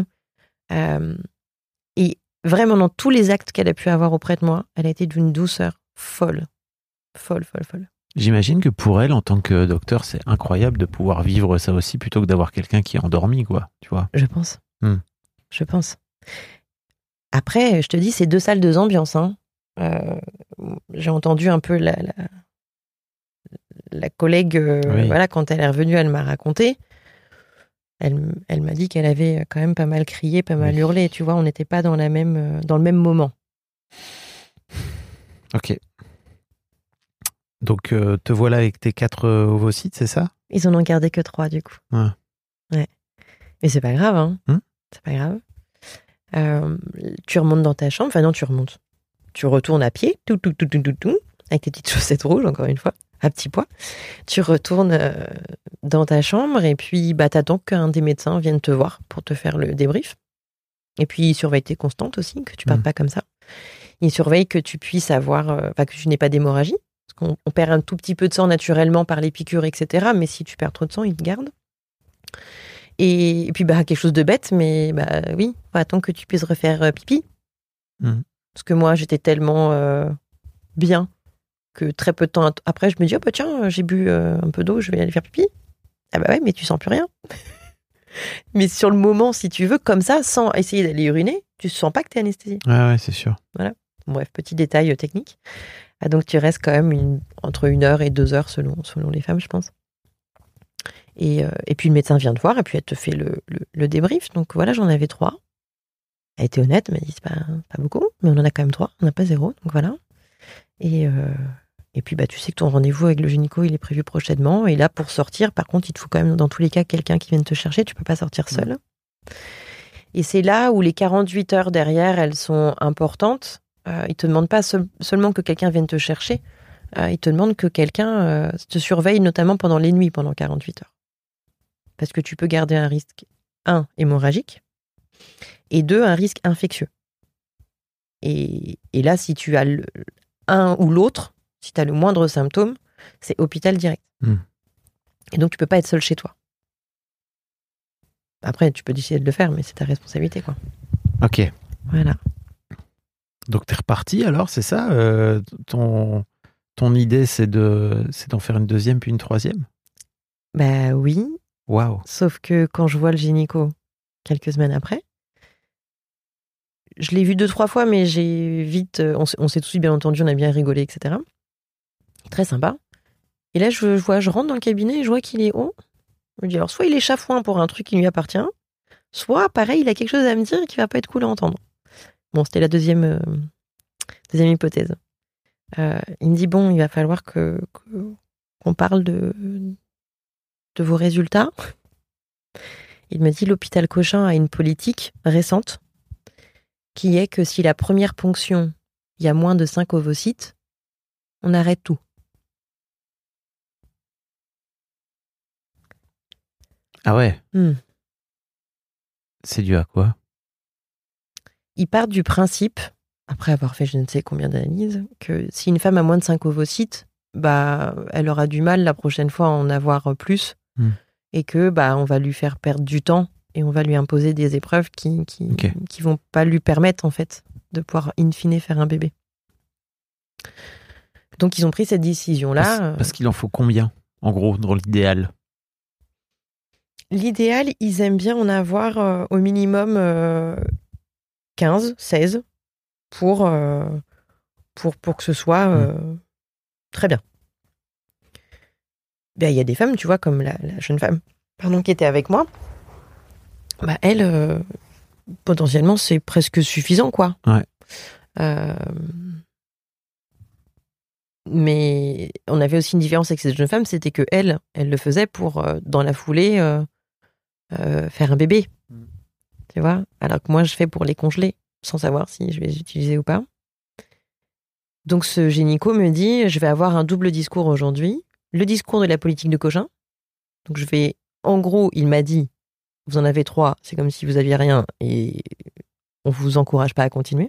Et vraiment, dans tous les actes qu'elle a pu avoir auprès de moi, elle a été d'une douceur folle. Folle. J'imagine que pour elle, en tant que docteur, c'est incroyable de pouvoir vivre ça aussi plutôt que d'avoir quelqu'un qui est endormi, quoi. Tu vois ? Je pense. Je pense. Après, je te dis, c'est 2 salles, 2 ambiances. Hein. J'ai entendu un peu la collègue, voilà, quand elle est revenue, elle m'a raconté. Elle m'a dit qu'elle avait quand même pas mal crié, pas mal hurlé. Tu vois, on n'était pas dans le même moment. Ok. Donc, te voilà avec tes 4 ovocytes, c'est ça ? Ils en ont gardé que 3, du coup. Ouais. Mais c'est pas grave, hein. C'est pas grave. Tu remontes dans ta chambre. Enfin, non, tu remontes. Tu retournes à pied, tout, avec tes petites chaussettes rouges, encore une fois, à petits pois. Tu retournes dans ta chambre et puis t'attends qu'un des médecins vienne te voir pour te faire le débrief. Et puis, il surveille tes constantes aussi, que tu partes pas comme ça. Il surveille que tu puisses avoir... que tu n'aies pas d'hémorragie. Parce qu'on perd un tout petit peu de sang naturellement par les piqûres, etc. Mais si tu perds trop de sang, il te garde. Et puis, quelque chose de bête, mais oui, attends que tu puisses refaire pipi. Parce que moi, j'étais tellement bien que très peu de temps après, je me dis, tiens, j'ai bu un peu d'eau, je vais aller faire pipi. Ah ouais, mais tu sens plus rien. Mais sur le moment, si tu veux, comme ça, sans essayer d'aller uriner, tu sens pas que t'es anesthésié. Ouais, c'est sûr. Voilà. Bref, petit détail technique. Donc, tu restes quand même entre 1 heure et 2 heures selon les femmes, je pense. Et puis, le médecin vient te voir et puis elle te fait le débrief. Donc, voilà, j'en avais 3. Elle était honnête, elle m'a dit, c'est pas beaucoup, mais on en a quand même 3, on n'a pas 0. Donc, voilà. Et puis, tu sais que ton rendez-vous avec le gynéco, il est prévu prochainement. Et là, pour sortir, par contre, il te faut quand même, dans tous les cas, quelqu'un qui vienne te chercher. Tu peux pas sortir seul. Et c'est là où les 48 heures derrière, elles sont importantes. Ils te demandent pas seulement que quelqu'un vienne te chercher. Ils te demandent que quelqu'un te surveille, notamment pendant les nuits, pendant 48 heures. Parce que tu peux garder un risque, 1, hémorragique, et 2, un risque infectieux. Et là, si tu as un ou l'autre, si tu as le moindre symptôme, c'est hôpital direct. Et donc, tu peux pas être seul chez toi. Après, tu peux décider de le faire, mais c'est ta responsabilité, quoi. Ok. Voilà. Donc, t'es reparti alors, c'est ça ton idée, c'est d'en faire une 2e puis une 3e ? Oui. Waouh. Sauf que quand je vois le gynéco quelques semaines après, je l'ai vu 2-3 fois, mais j'ai vite... On s'est tout de suite, bien entendu, on a bien rigolé, etc. Très sympa. Et là, je rentre dans le cabinet et je vois qu'il est haut. Je me dis, alors, soit il est chafouin pour un truc qui lui appartient, soit, pareil, il a quelque chose à me dire qui va pas être cool à entendre. Bon, c'était la deuxième hypothèse. Il me dit, bon, il va falloir qu'on parle de vos résultats. Il me dit, l'hôpital Cochin a une politique récente qui est que si la première ponction, il y a moins de 5 ovocytes, on arrête tout. Ah ouais. C'est dû à quoi ? Ils partent du principe, après avoir fait je ne sais combien d'analyses, que si une femme a moins de 5 ovocytes, elle aura du mal la prochaine fois à en avoir plus, et que on va lui faire perdre du temps et on va lui imposer des épreuves qui vont pas lui permettre en fait de pouvoir in fine faire un bébé. Donc ils ont pris cette décision-là. Parce qu'il en faut combien, en gros, dans l'idéal ? L'idéal, ils aiment bien en avoir au minimum 15, 16 pour que ce soit très bien. Il y a des femmes, tu vois, comme la jeune femme qui était avec moi. Elle, potentiellement, c'est presque suffisant, quoi. Ouais. Mais on avait aussi une différence avec cette jeune femme, c'était que elle le faisait pour, dans la foulée, faire un bébé. tu vois, alors que moi je fais pour les congeler sans savoir si je vais les utiliser ou pas. Donc ce gynéco me dit, je vais avoir un double discours aujourd'hui, le discours de la politique de Cochin. Donc je vais, en gros, il m'a dit, vous en avez 3, c'est comme si vous aviez rien et on vous encourage pas à continuer.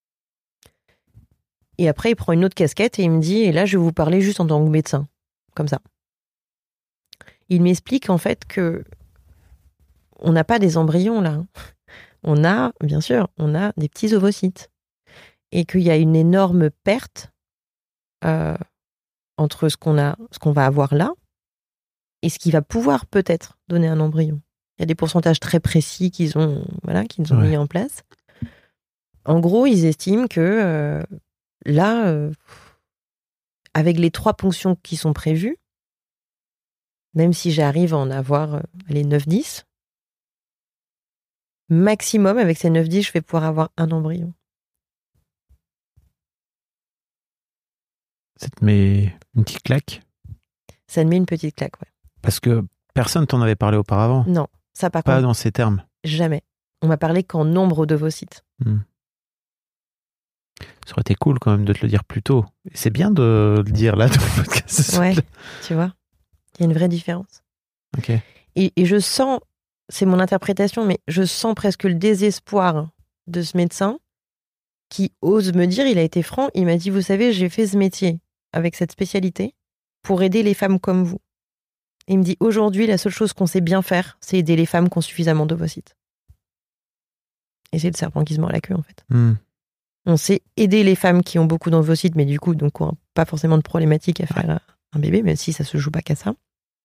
Et après, il prend une autre casquette et il me dit, et là, je vais vous parler juste en tant que médecin, comme ça. Il m'explique en fait que on n'a pas des embryons là. On a, bien sûr, on a des petits ovocytes. Et qu'il y a une énorme perte entre ce qu'on va avoir là et ce qui va pouvoir peut-être donner un embryon. Il y a des pourcentages très précis qu'ils ont mis en place. En gros, ils estiment que là, avec les 3 ponctions qui sont prévues, même si j'arrive à en avoir les 9-10, maximum, avec ces 9-10, je vais pouvoir avoir un embryon. Ça te met une petite claque? Ça te met une petite claque, ouais. Parce que personne t'en avait parlé auparavant? Non, ça par pas contre. Pas dans ces termes? Jamais. On m'a parlé qu'en nombre d'ovocytes. Ça aurait été cool quand même de te le dire plus tôt. Et c'est bien de le dire là dans le podcast. Ouais, tu vois, il y a une vraie différence. Ok. Et je sens, c'est mon interprétation, mais je sens presque le désespoir de ce médecin qui ose me dire, il a été franc, il m'a dit, vous savez, j'ai fait ce métier avec cette spécialité pour aider les femmes comme vous. Et il me dit, aujourd'hui, la seule chose qu'on sait bien faire, c'est aider les femmes qui ont suffisamment d'ovocytes. Et c'est le serpent qui se mord la queue, en fait. On sait aider les femmes qui ont beaucoup d'ovocytes, mais du coup, donc, qui n'ont pas forcément de problématique à faire un bébé, même si ça se joue pas qu'à ça.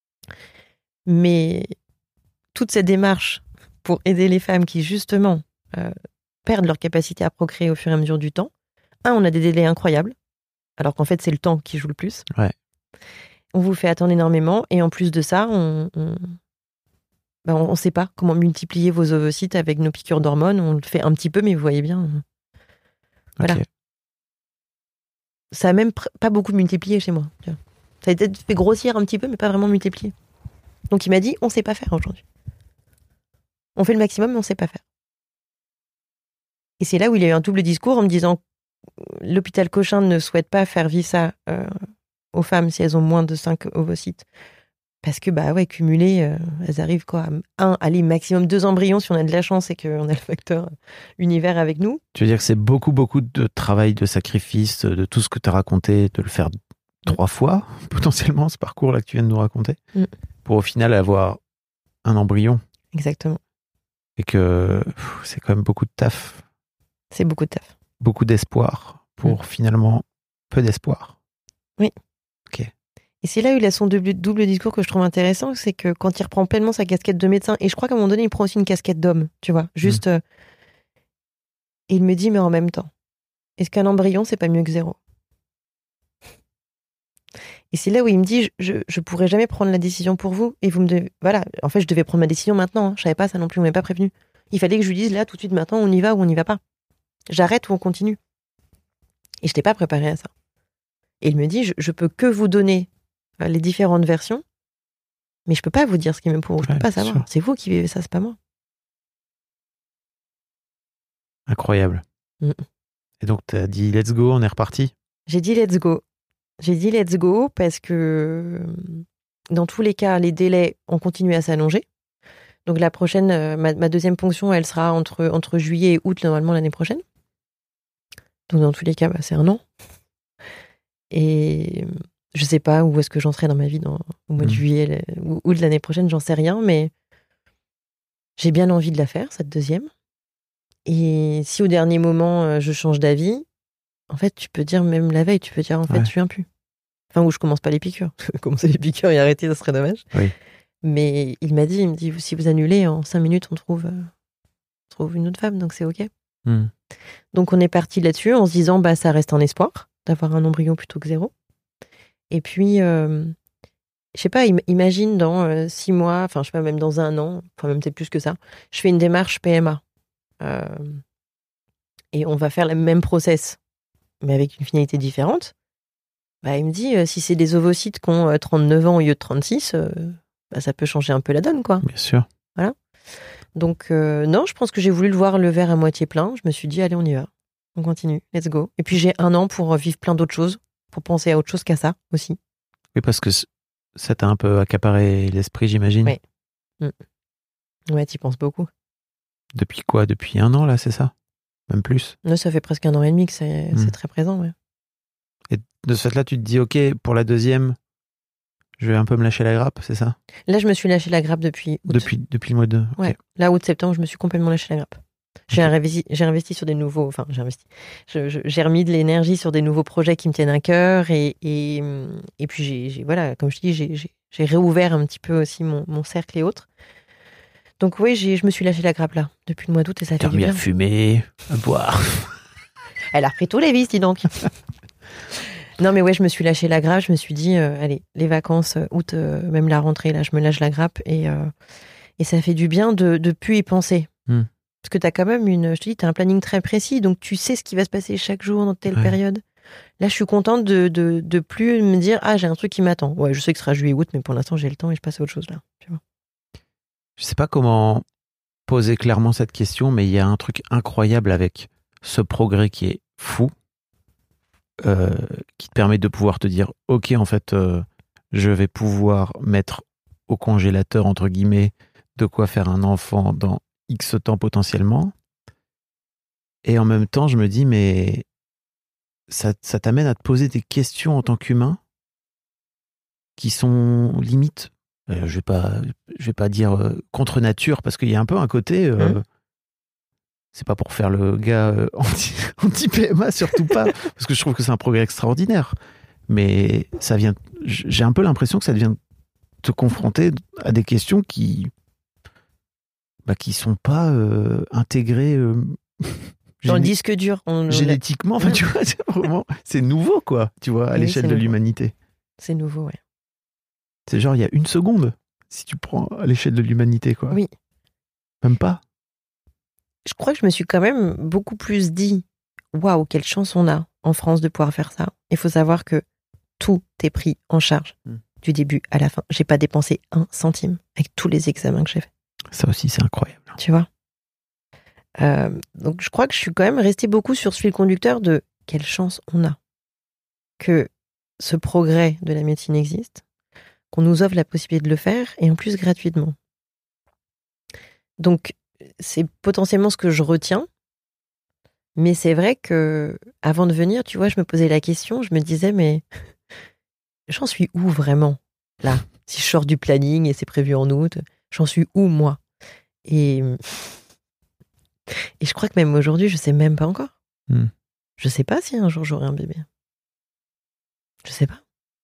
Mais toute cette démarche pour aider les femmes qui, justement, perdent leur capacité à procréer au fur et à mesure du temps. On a des délais incroyables, alors qu'en fait, c'est le temps qui joue le plus. Ouais. On vous fait attendre énormément, et en plus de ça, on ne sait pas comment multiplier vos ovocytes avec nos piqûres d'hormones. On le fait un petit peu, mais vous voyez bien. Voilà. Okay. Ça a même pas beaucoup multiplié chez moi. Ça a peut-être fait grossir un petit peu, mais pas vraiment multiplier. Donc il m'a dit, on ne sait pas faire aujourd'hui. On fait le maximum, mais on ne sait pas faire. Et c'est là où il y a eu un double discours en me disant, l'hôpital Cochin ne souhaite pas faire vivre ça aux femmes si elles ont moins de 5 ovocytes. Parce que, cumulées, elles arrivent allez, maximum 2 embryons si on a de la chance et qu'on a le facteur univers avec nous. Tu veux dire que c'est beaucoup de travail, de sacrifice, de tout ce que tu as raconté, de le faire 3 fois, potentiellement, ce parcours-là que tu viens de nous raconter, pour au final avoir un embryon. Exactement. Et que c'est quand même beaucoup de taf. C'est beaucoup de taf. Beaucoup d'espoir pour finalement peu d'espoir. Oui. Ok. Et c'est là où il a son double discours que je trouve intéressant, c'est que quand il reprend pleinement sa casquette de médecin, et je crois qu'à un moment donné, il prend aussi une casquette d'homme, tu vois, juste... et il me dit, mais en même temps, est-ce qu'un embryon, c'est pas mieux que 0 ? Et c'est là où il me dit, je pourrais jamais prendre la décision pour vous, et vous me devez... Voilà, en fait, je devais prendre ma décision maintenant, hein. Je savais pas ça non plus, on m'avait pas prévenu. Il fallait que je lui dise, là, tout de suite, maintenant, on y va ou on n'y va pas. J'arrête ou on continue. Et je n'étais pas préparée à ça. Et il me dit, je peux que vous donner les différentes versions, mais je peux pas vous dire ce qui est mieux pour vous. Je peux pas savoir. Sûr. C'est vous qui vivez ça, c'est pas moi. Incroyable. Et donc, tu as dit let's go, on est reparti? J'ai dit let's go parce que dans tous les cas, les délais ont continué à s'allonger. Donc la prochaine, ma deuxième ponction, elle sera entre juillet et août, normalement, l'année prochaine. Donc dans tous les cas, c'est 1 an. Et je sais pas où est-ce que j'en serai dans ma vie au mois de juillet ou août l'année prochaine, j'en sais rien, mais j'ai bien envie de la faire, cette deuxième. Et si au dernier moment, je change d'avis, en fait, tu peux dire, même la veille, tu peux dire, en fait, je viens plus. Enfin, où je commence pas les piqûres. Commencer les piqûres et arrêter, ça serait dommage. Oui. Mais il me dit, si vous annulez, en 5 minutes, on trouve une autre femme, donc c'est OK. Donc on est parti là-dessus en se disant, ça reste un espoir d'avoir un embryon plutôt que 0. Et puis, je sais pas, imagine dans 6 mois, enfin je sais pas, même dans 1 an, enfin même peut-être plus que ça, je fais une démarche PMA. Et on va faire le même process, mais avec une finalité différente. Il me dit, si c'est des ovocytes qui ont 39 ans au lieu de 36, ça peut changer un peu la donne, quoi. Bien sûr. Voilà. Donc non, je pense que j'ai voulu le voir le verre à moitié plein. Je me suis dit, allez, on y va. On continue, let's go. Et puis j'ai 1 an pour vivre plein d'autres choses, pour penser à autre chose qu'à ça aussi. Oui, parce que ça t'a un peu accaparé l'esprit, j'imagine. Oui. Ouais, t'y penses beaucoup. Depuis quoi? Depuis 1 an, là, c'est ça? Même plus? Non, ça fait presque 1 an et demi que c'est très présent, ouais. Et de ce fait-là, tu te dis, ok, pour la deuxième, je vais un peu me lâcher la grappe, c'est ça? Là, je me suis lâché la grappe depuis août. Depuis le mois de... Okay. Ouais, là, août-septembre, je me suis complètement lâché la grappe. J'ai investi sur des nouveaux... Enfin, j'ai remis de l'énergie sur des nouveaux projets qui me tiennent à cœur et puis, voilà, comme je dis, j'ai réouvert un petit peu aussi mon cercle et autres. Donc oui, je me suis lâché la grappe là, depuis le mois d'août et ça fait du bien. T'as remis à fumer, à boire. Elle a repris tous les vices, dis donc. Non mais ouais, je me suis lâché la grappe, je me suis dit, allez, les vacances, août, même la rentrée, là, je me lâche la grappe et ça fait du bien de plus y penser. Parce que t'as quand même t'as un planning très précis, donc tu sais ce qui va se passer chaque jour dans telle période. Là, je suis contente de plus me dire, j'ai un truc qui m'attend. Ouais, je sais que ce sera juillet-août, mais pour l'instant, j'ai le temps et je passe à autre chose là. Tu vois. Je sais pas comment poser clairement cette question, mais il y a un truc incroyable avec ce progrès qui est fou, qui te permet de pouvoir te dire, ok, en fait, je vais pouvoir mettre au congélateur, entre guillemets, de quoi faire un enfant dans X temps potentiellement. Et en même temps, je me dis, mais ça t'amène à te poser des questions en tant qu'humain qui sont limites. Je vais pas dire contre nature, parce qu'il y a un peu un côté... C'est pas pour faire le gars anti-PMA, surtout pas, parce que je trouve que c'est un progrès extraordinaire. Mais ça vient... J'ai un peu l'impression que ça vient te confronter à des questions qui sont pas intégrées... dans le disque dur. Génétiquement, enfin, tu vois, c'est nouveau, quoi, tu vois, à l'échelle de l'humanité. C'est nouveau, ouais. C'est genre, il y a 1 seconde, si tu prends à l'échelle de l'humanité, quoi. Oui. Même pas. Je crois que je me suis quand même beaucoup plus dit, waouh, quelle chance on a en France de pouvoir faire ça. Il faut savoir que tout est pris en charge du début à la fin. J'ai pas dépensé 1 centime avec tous les examens que j'ai faits. Ça aussi, c'est incroyable. Tu vois. Donc je crois que je suis quand même restée beaucoup sur ce fil conducteur de quelle chance on a que ce progrès de la médecine existe, qu'on nous offre la possibilité de le faire et en plus gratuitement. Donc c'est potentiellement ce que je retiens, mais c'est vrai que avant de venir, tu vois, je me posais la question, je me disais mais j'en suis où vraiment là? Si je sors du planning et c'est prévu en août, j'en suis où moi? Et je crois que même aujourd'hui, je sais même pas encore. Je sais pas si un jour j'aurai un bébé. Je sais pas.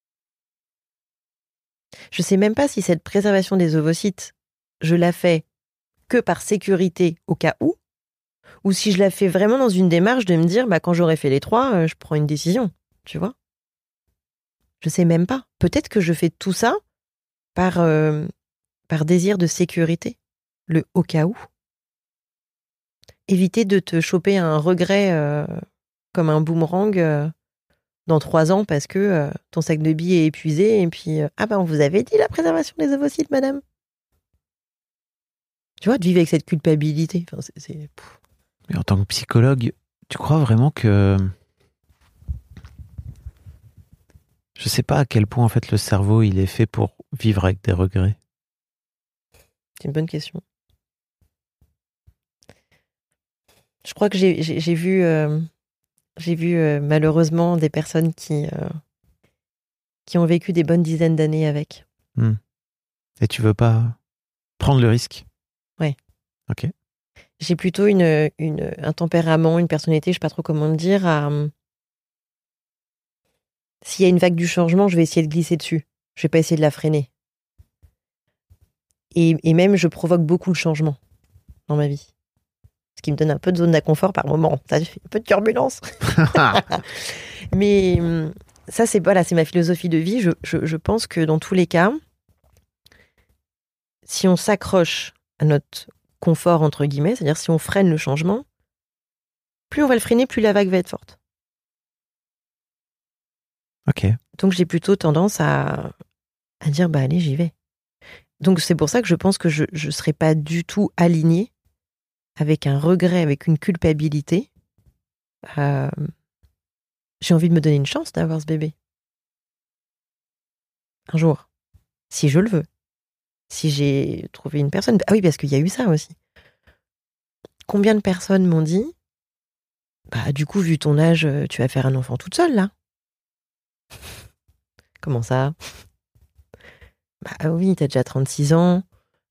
Je sais même pas si cette préservation des ovocytes, je la fais que par sécurité au cas où, ou si je la fais vraiment dans une démarche de me dire, quand j'aurai fait les 3, je prends une décision, tu vois. Je sais même pas. Peut-être que je fais tout ça par désir de sécurité, le au cas où. Éviter de te choper un regret comme un boomerang dans 3 ans parce que ton sac de billes est épuisé et puis on vous avait dit la préservation des ovocytes, madame. Tu vois, de vivre avec cette culpabilité. Enfin, c'est... Mais en tant que psychologue, tu crois vraiment que... Je sais pas à quel point en fait le cerveau il est fait pour vivre avec des regrets. C'est une bonne question. Je crois que j'ai vu malheureusement des personnes qui ont vécu des bonnes dizaines d'années avec. Et tu veux pas prendre le risque? Ouais. Ok. J'ai plutôt un tempérament, une personnalité, je sais pas trop comment le dire, s'il y a une vague du changement, je vais essayer de glisser dessus. Je vais pas essayer de la freiner. Et même, je provoque beaucoup de changements dans ma vie. Ce qui me donne un peu de zone d'inconfort par moment. Ça fait un peu de turbulence. Mais ça, c'est ma philosophie de vie. Je pense que dans tous les cas, si on s'accroche à notre confort, entre guillemets, c'est-à-dire si on freine le changement, plus on va le freiner, plus la vague va être forte. Ok. Donc j'ai plutôt tendance à dire, allez, j'y vais. Donc c'est pour ça que je pense que je ne serais pas du tout alignée avec un regret, avec une culpabilité. J'ai envie de me donner une chance d'avoir ce bébé. Un jour. Si je le veux. Si j'ai trouvé une personne. Ah oui, parce qu'il y a eu ça aussi. Combien de personnes m'ont dit du coup, vu ton âge, tu vas faire un enfant toute seule, là. Comment ça ? Oui, t'as déjà 36 ans.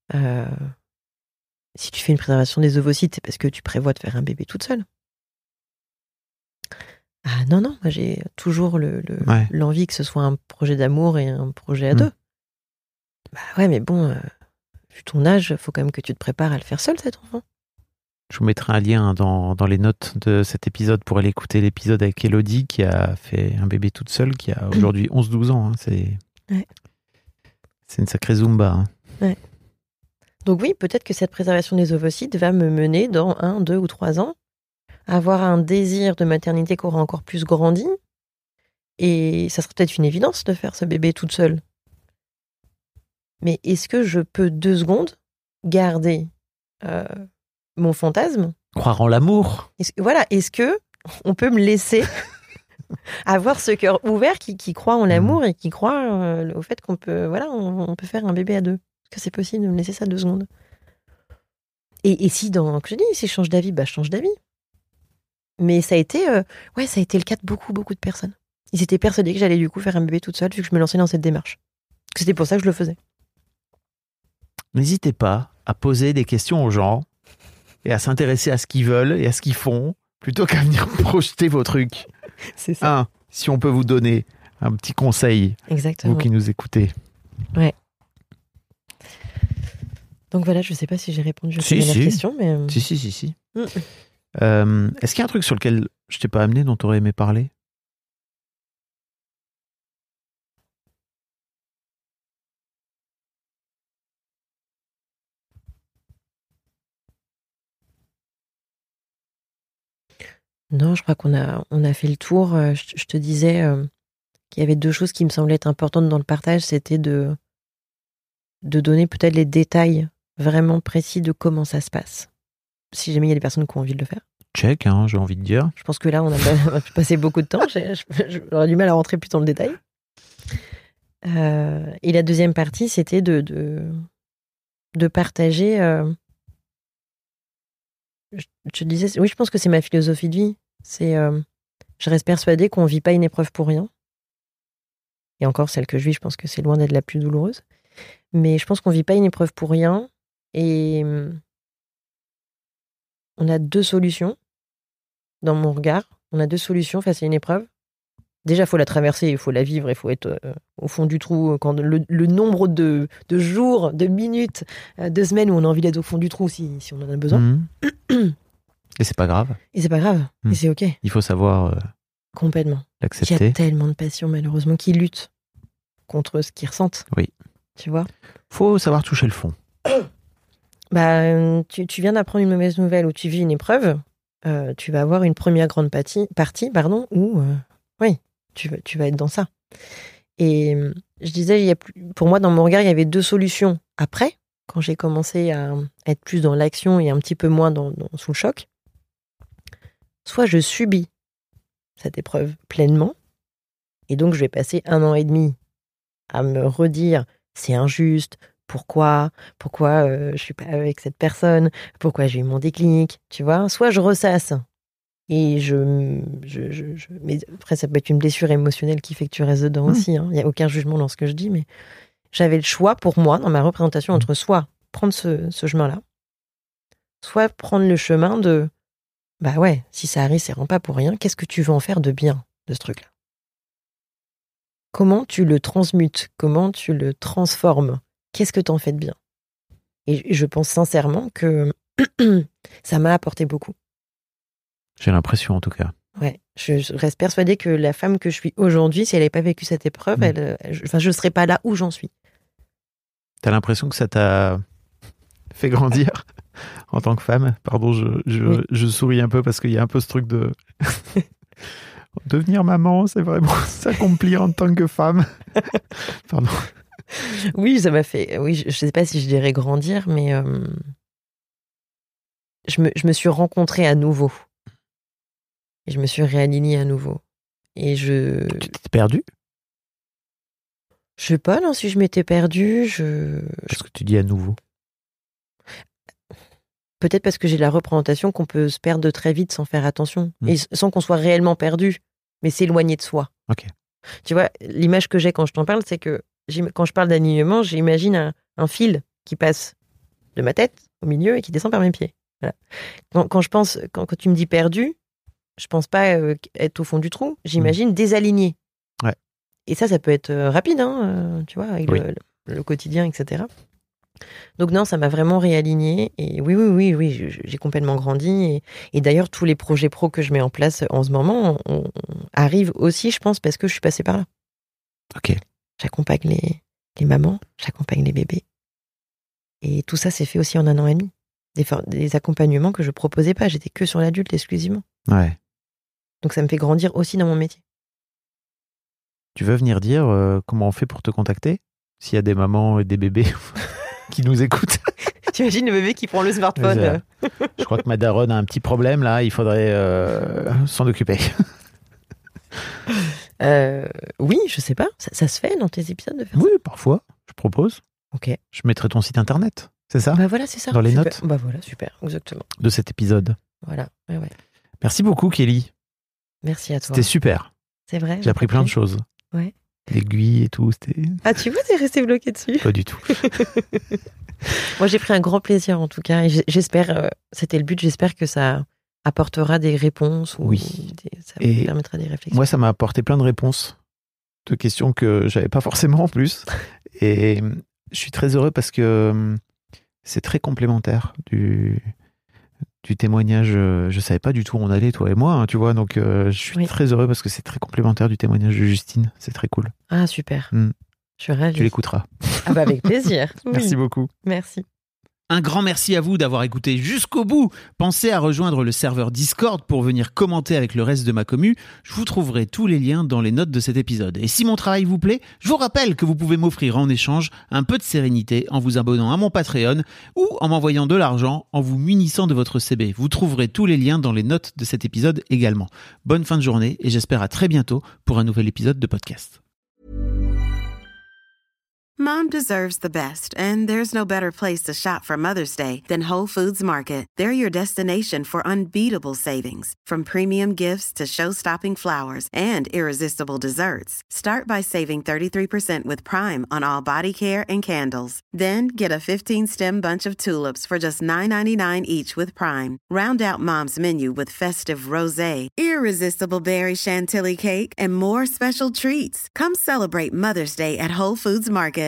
Si tu fais une préservation des ovocytes, c'est parce que tu prévois de faire un bébé toute seule. Ah non, moi j'ai toujours l'envie que ce soit un projet d'amour et un projet à deux. Ouais, mais bon, vu ton âge, il faut quand même que tu te prépares à le faire seul, cet enfant. Je vous mettrai un lien dans les notes de cet épisode pour aller écouter l'épisode avec Elodie qui a fait un bébé toute seule, qui a aujourd'hui 11-12 ans. Hein. C'est une sacrée Zumba. Hein. Ouais. Donc oui, peut-être que cette préservation des ovocytes va me mener dans 1, 2 ou 3 ans à avoir un désir de maternité qui aura encore plus grandi. Et ça sera peut-être une évidence de faire ce bébé toute seule. Mais est-ce que je peux 2 secondes garder mon fantasme ? Croire en l'amour. Est-ce que on peut me laisser avoir ce cœur ouvert qui croit en l'amour et qui croit au fait qu'on peut, on peut faire un bébé à 2 ? Est-ce que c'est possible de me laisser ça 2 secondes ? Et si si je change d'avis, je change d'avis. Mais ça a été le cas de beaucoup de personnes. Ils étaient persuadés que j'allais du coup faire un bébé toute seule vu que je me lançais dans cette démarche. Que c'était pour ça que je le faisais. N'hésitez pas à poser des questions aux gens et à s'intéresser à ce qu'ils veulent et à ce qu'ils font plutôt qu'à venir projeter vos trucs. C'est ça. Si on peut vous donner un petit conseil, exactement, vous qui nous écoutez. Ouais. Donc voilà, je ne sais pas si j'ai répondu à ta dernière question, mais... Si. Est-ce qu'il y a un truc sur lequel je t'ai pas amené, dont tu aurais aimé parler ? Non, je crois qu'on a fait le tour. Je te disais qu'il y avait 2 choses qui me semblaient être importantes dans le partage. C'était de donner peut-être les détails vraiment précis de comment ça se passe. Si jamais il y a des personnes qui ont envie de le faire. Check, j'ai envie de dire. Je pense que là, on a passé beaucoup de temps. J'aurais du mal à rentrer plus dans le détail. Et la deuxième partie, c'était de partager... Je te disais, oui, je pense que c'est ma philosophie de vie. Je reste persuadée qu'on ne vit pas une épreuve pour rien. Et encore, celle que je vis, je pense que c'est loin d'être la plus douloureuse. Mais je pense qu'on ne vit pas une épreuve pour rien. Et on a 2 solutions dans mon regard. On a 2 solutions face à une épreuve. Déjà, il faut la traverser, il faut la vivre, il faut être au fond du trou. Quand le nombre de jours, de minutes, de semaines où on a envie d'être au fond du trou si on en a besoin. Et c'est pas grave. Et c'est OK. Il faut savoir complètement l'accepter. Il y a tellement de patients, malheureusement, qui luttent contre ce qu'ils ressentent. Oui. Tu vois ? Faut savoir toucher le fond. Tu viens d'apprendre une mauvaise nouvelle ou tu vis une épreuve, tu vas avoir une première grande partie où tu vas être dans ça. Et je disais, pour moi, dans mon regard, il y avait 2 solutions. Après, quand j'ai commencé à être plus dans l'action et un petit peu moins sous le choc, soit je subis cette épreuve pleinement, et donc je vais passer 1 an et demi à me redire c'est injuste, pourquoi je suis pas avec cette personne, pourquoi j'ai eu mon déclic, tu vois. Soit je ressasse et mais après ça peut être une blessure émotionnelle qui fait que tu restes dedans aussi, il n'y a aucun jugement dans ce que je dis, mais j'avais le choix pour moi dans ma représentation entre soit prendre ce chemin-là, soit prendre le chemin de si ça arrive, c'est vraiment pas pour rien, qu'est-ce que tu veux en faire de bien de ce truc-là ? Comment tu le transmutes ? Comment tu le transformes ? Qu'est-ce que t'en fais de bien ? Et je pense sincèrement que ça m'a apporté beaucoup. J'ai l'impression, en tout cas. Ouais, je reste persuadée que la femme que je suis aujourd'hui, si elle n'avait pas vécu cette épreuve, je ne serais pas là où j'en suis. T'as l'impression que ça t'a fait grandir en tant que femme ? Pardon, je souris un peu parce qu'il y a un peu ce truc de... Devenir maman, c'est vraiment s'accomplir en tant que femme. Pardon. Oui, ça m'a fait. Oui, je sais pas si je dirais grandir, mais je me suis rencontrée à nouveau. Et je me suis réalignée à nouveau. Et Tu t'es perdue ? Je sais pas, non, si je m'étais perdue, Qu'est-ce que tu dis à nouveau ? Peut-être parce que j'ai la représentation qu'on peut se perdre très vite sans faire attention. Et sans qu'on soit réellement perdu, mais s'éloigner de soi. Ok. Tu vois, l'image que j'ai quand je t'en parle, c'est que quand je parle d'alignement, j'imagine un fil qui passe de ma tête au milieu et qui descend par mes pieds. Voilà. Quand tu me dis perdu, je pense pas être au fond du trou, j'imagine désaligné. Ouais. Et ça peut être rapide, tu vois, avec le quotidien, etc. Donc non, ça m'a vraiment réaligné. Et oui, j'ai complètement grandi. Et d'ailleurs, tous les projets pro que je mets en place en ce moment arrivent aussi, je pense, parce que je suis passée par là. Ok. J'accompagne les mamans, j'accompagne les bébés. Et tout ça s'est fait aussi en 1 an et demi. Des accompagnements que je proposais pas, j'étais que sur l'adulte exclusivement. Ouais. Donc ça me fait grandir aussi dans mon métier. Tu veux venir dire comment on fait pour te contacter ? S'il y a des mamans et des bébés qui nous écoutent. T'imagines le bébé qui prend le smartphone. Je crois que ma daronne a un petit problème là, il faudrait s'en occuper. Oui, je sais pas. Ça se fait dans tes épisodes de faire Oui, parfois, je propose. Ok. Je mettrai ton site internet, c'est ça ? Bah voilà, c'est ça. Dans les super. notes ? Bah voilà, super, exactement. De cet épisode. Voilà, ouais. Merci beaucoup, Kelly. Merci à toi. C'était super. C'est vrai. J'ai appris plein de choses. Ouais. L'aiguille et tout, c'était... Ah, tu vois, t'es resté bloqué dessus. Pas du tout. Moi, j'ai pris un grand plaisir, en tout cas. Et j'espère, c'était le but, j'espère que ça apportera des réponses. Ou ça me permettra des réflexions. Moi, ça m'a apporté plein de réponses de questions que j'avais pas forcément en plus. Et je suis très heureux parce que c'est très complémentaire du témoignage. Je savais pas du tout où on allait, toi et moi, tu vois. Donc, je suis très heureux parce que c'est très complémentaire du témoignage de Justine. C'est très cool. Ah, super. Je suis ravie. Tu l'écouteras. Ah bah avec plaisir. Merci beaucoup. Merci. Un grand merci à vous d'avoir écouté jusqu'au bout. Pensez à rejoindre le serveur Discord pour venir commenter avec le reste de ma commu. Je vous trouverai tous les liens dans les notes de cet épisode. Et si mon travail vous plaît, je vous rappelle que vous pouvez m'offrir en échange un peu de sérénité en vous abonnant à mon Patreon ou en m'envoyant de l'argent en vous munissant de votre CB. Vous trouverez tous les liens dans les notes de cet épisode également. Bonne fin de journée et j'espère à très bientôt pour un nouvel épisode de podcast. Mom deserves the best, and there's no better place to shop for Mother's Day than Whole Foods Market. They're your destination for unbeatable savings, from premium gifts to show-stopping flowers and irresistible desserts. Start by saving 33% with Prime on all body care and candles. Then get a 15-stem bunch of tulips for just $9.99 each with Prime. Round out Mom's menu with festive rosé, irresistible berry chantilly cake, and more special treats. Come celebrate Mother's Day at Whole Foods Market.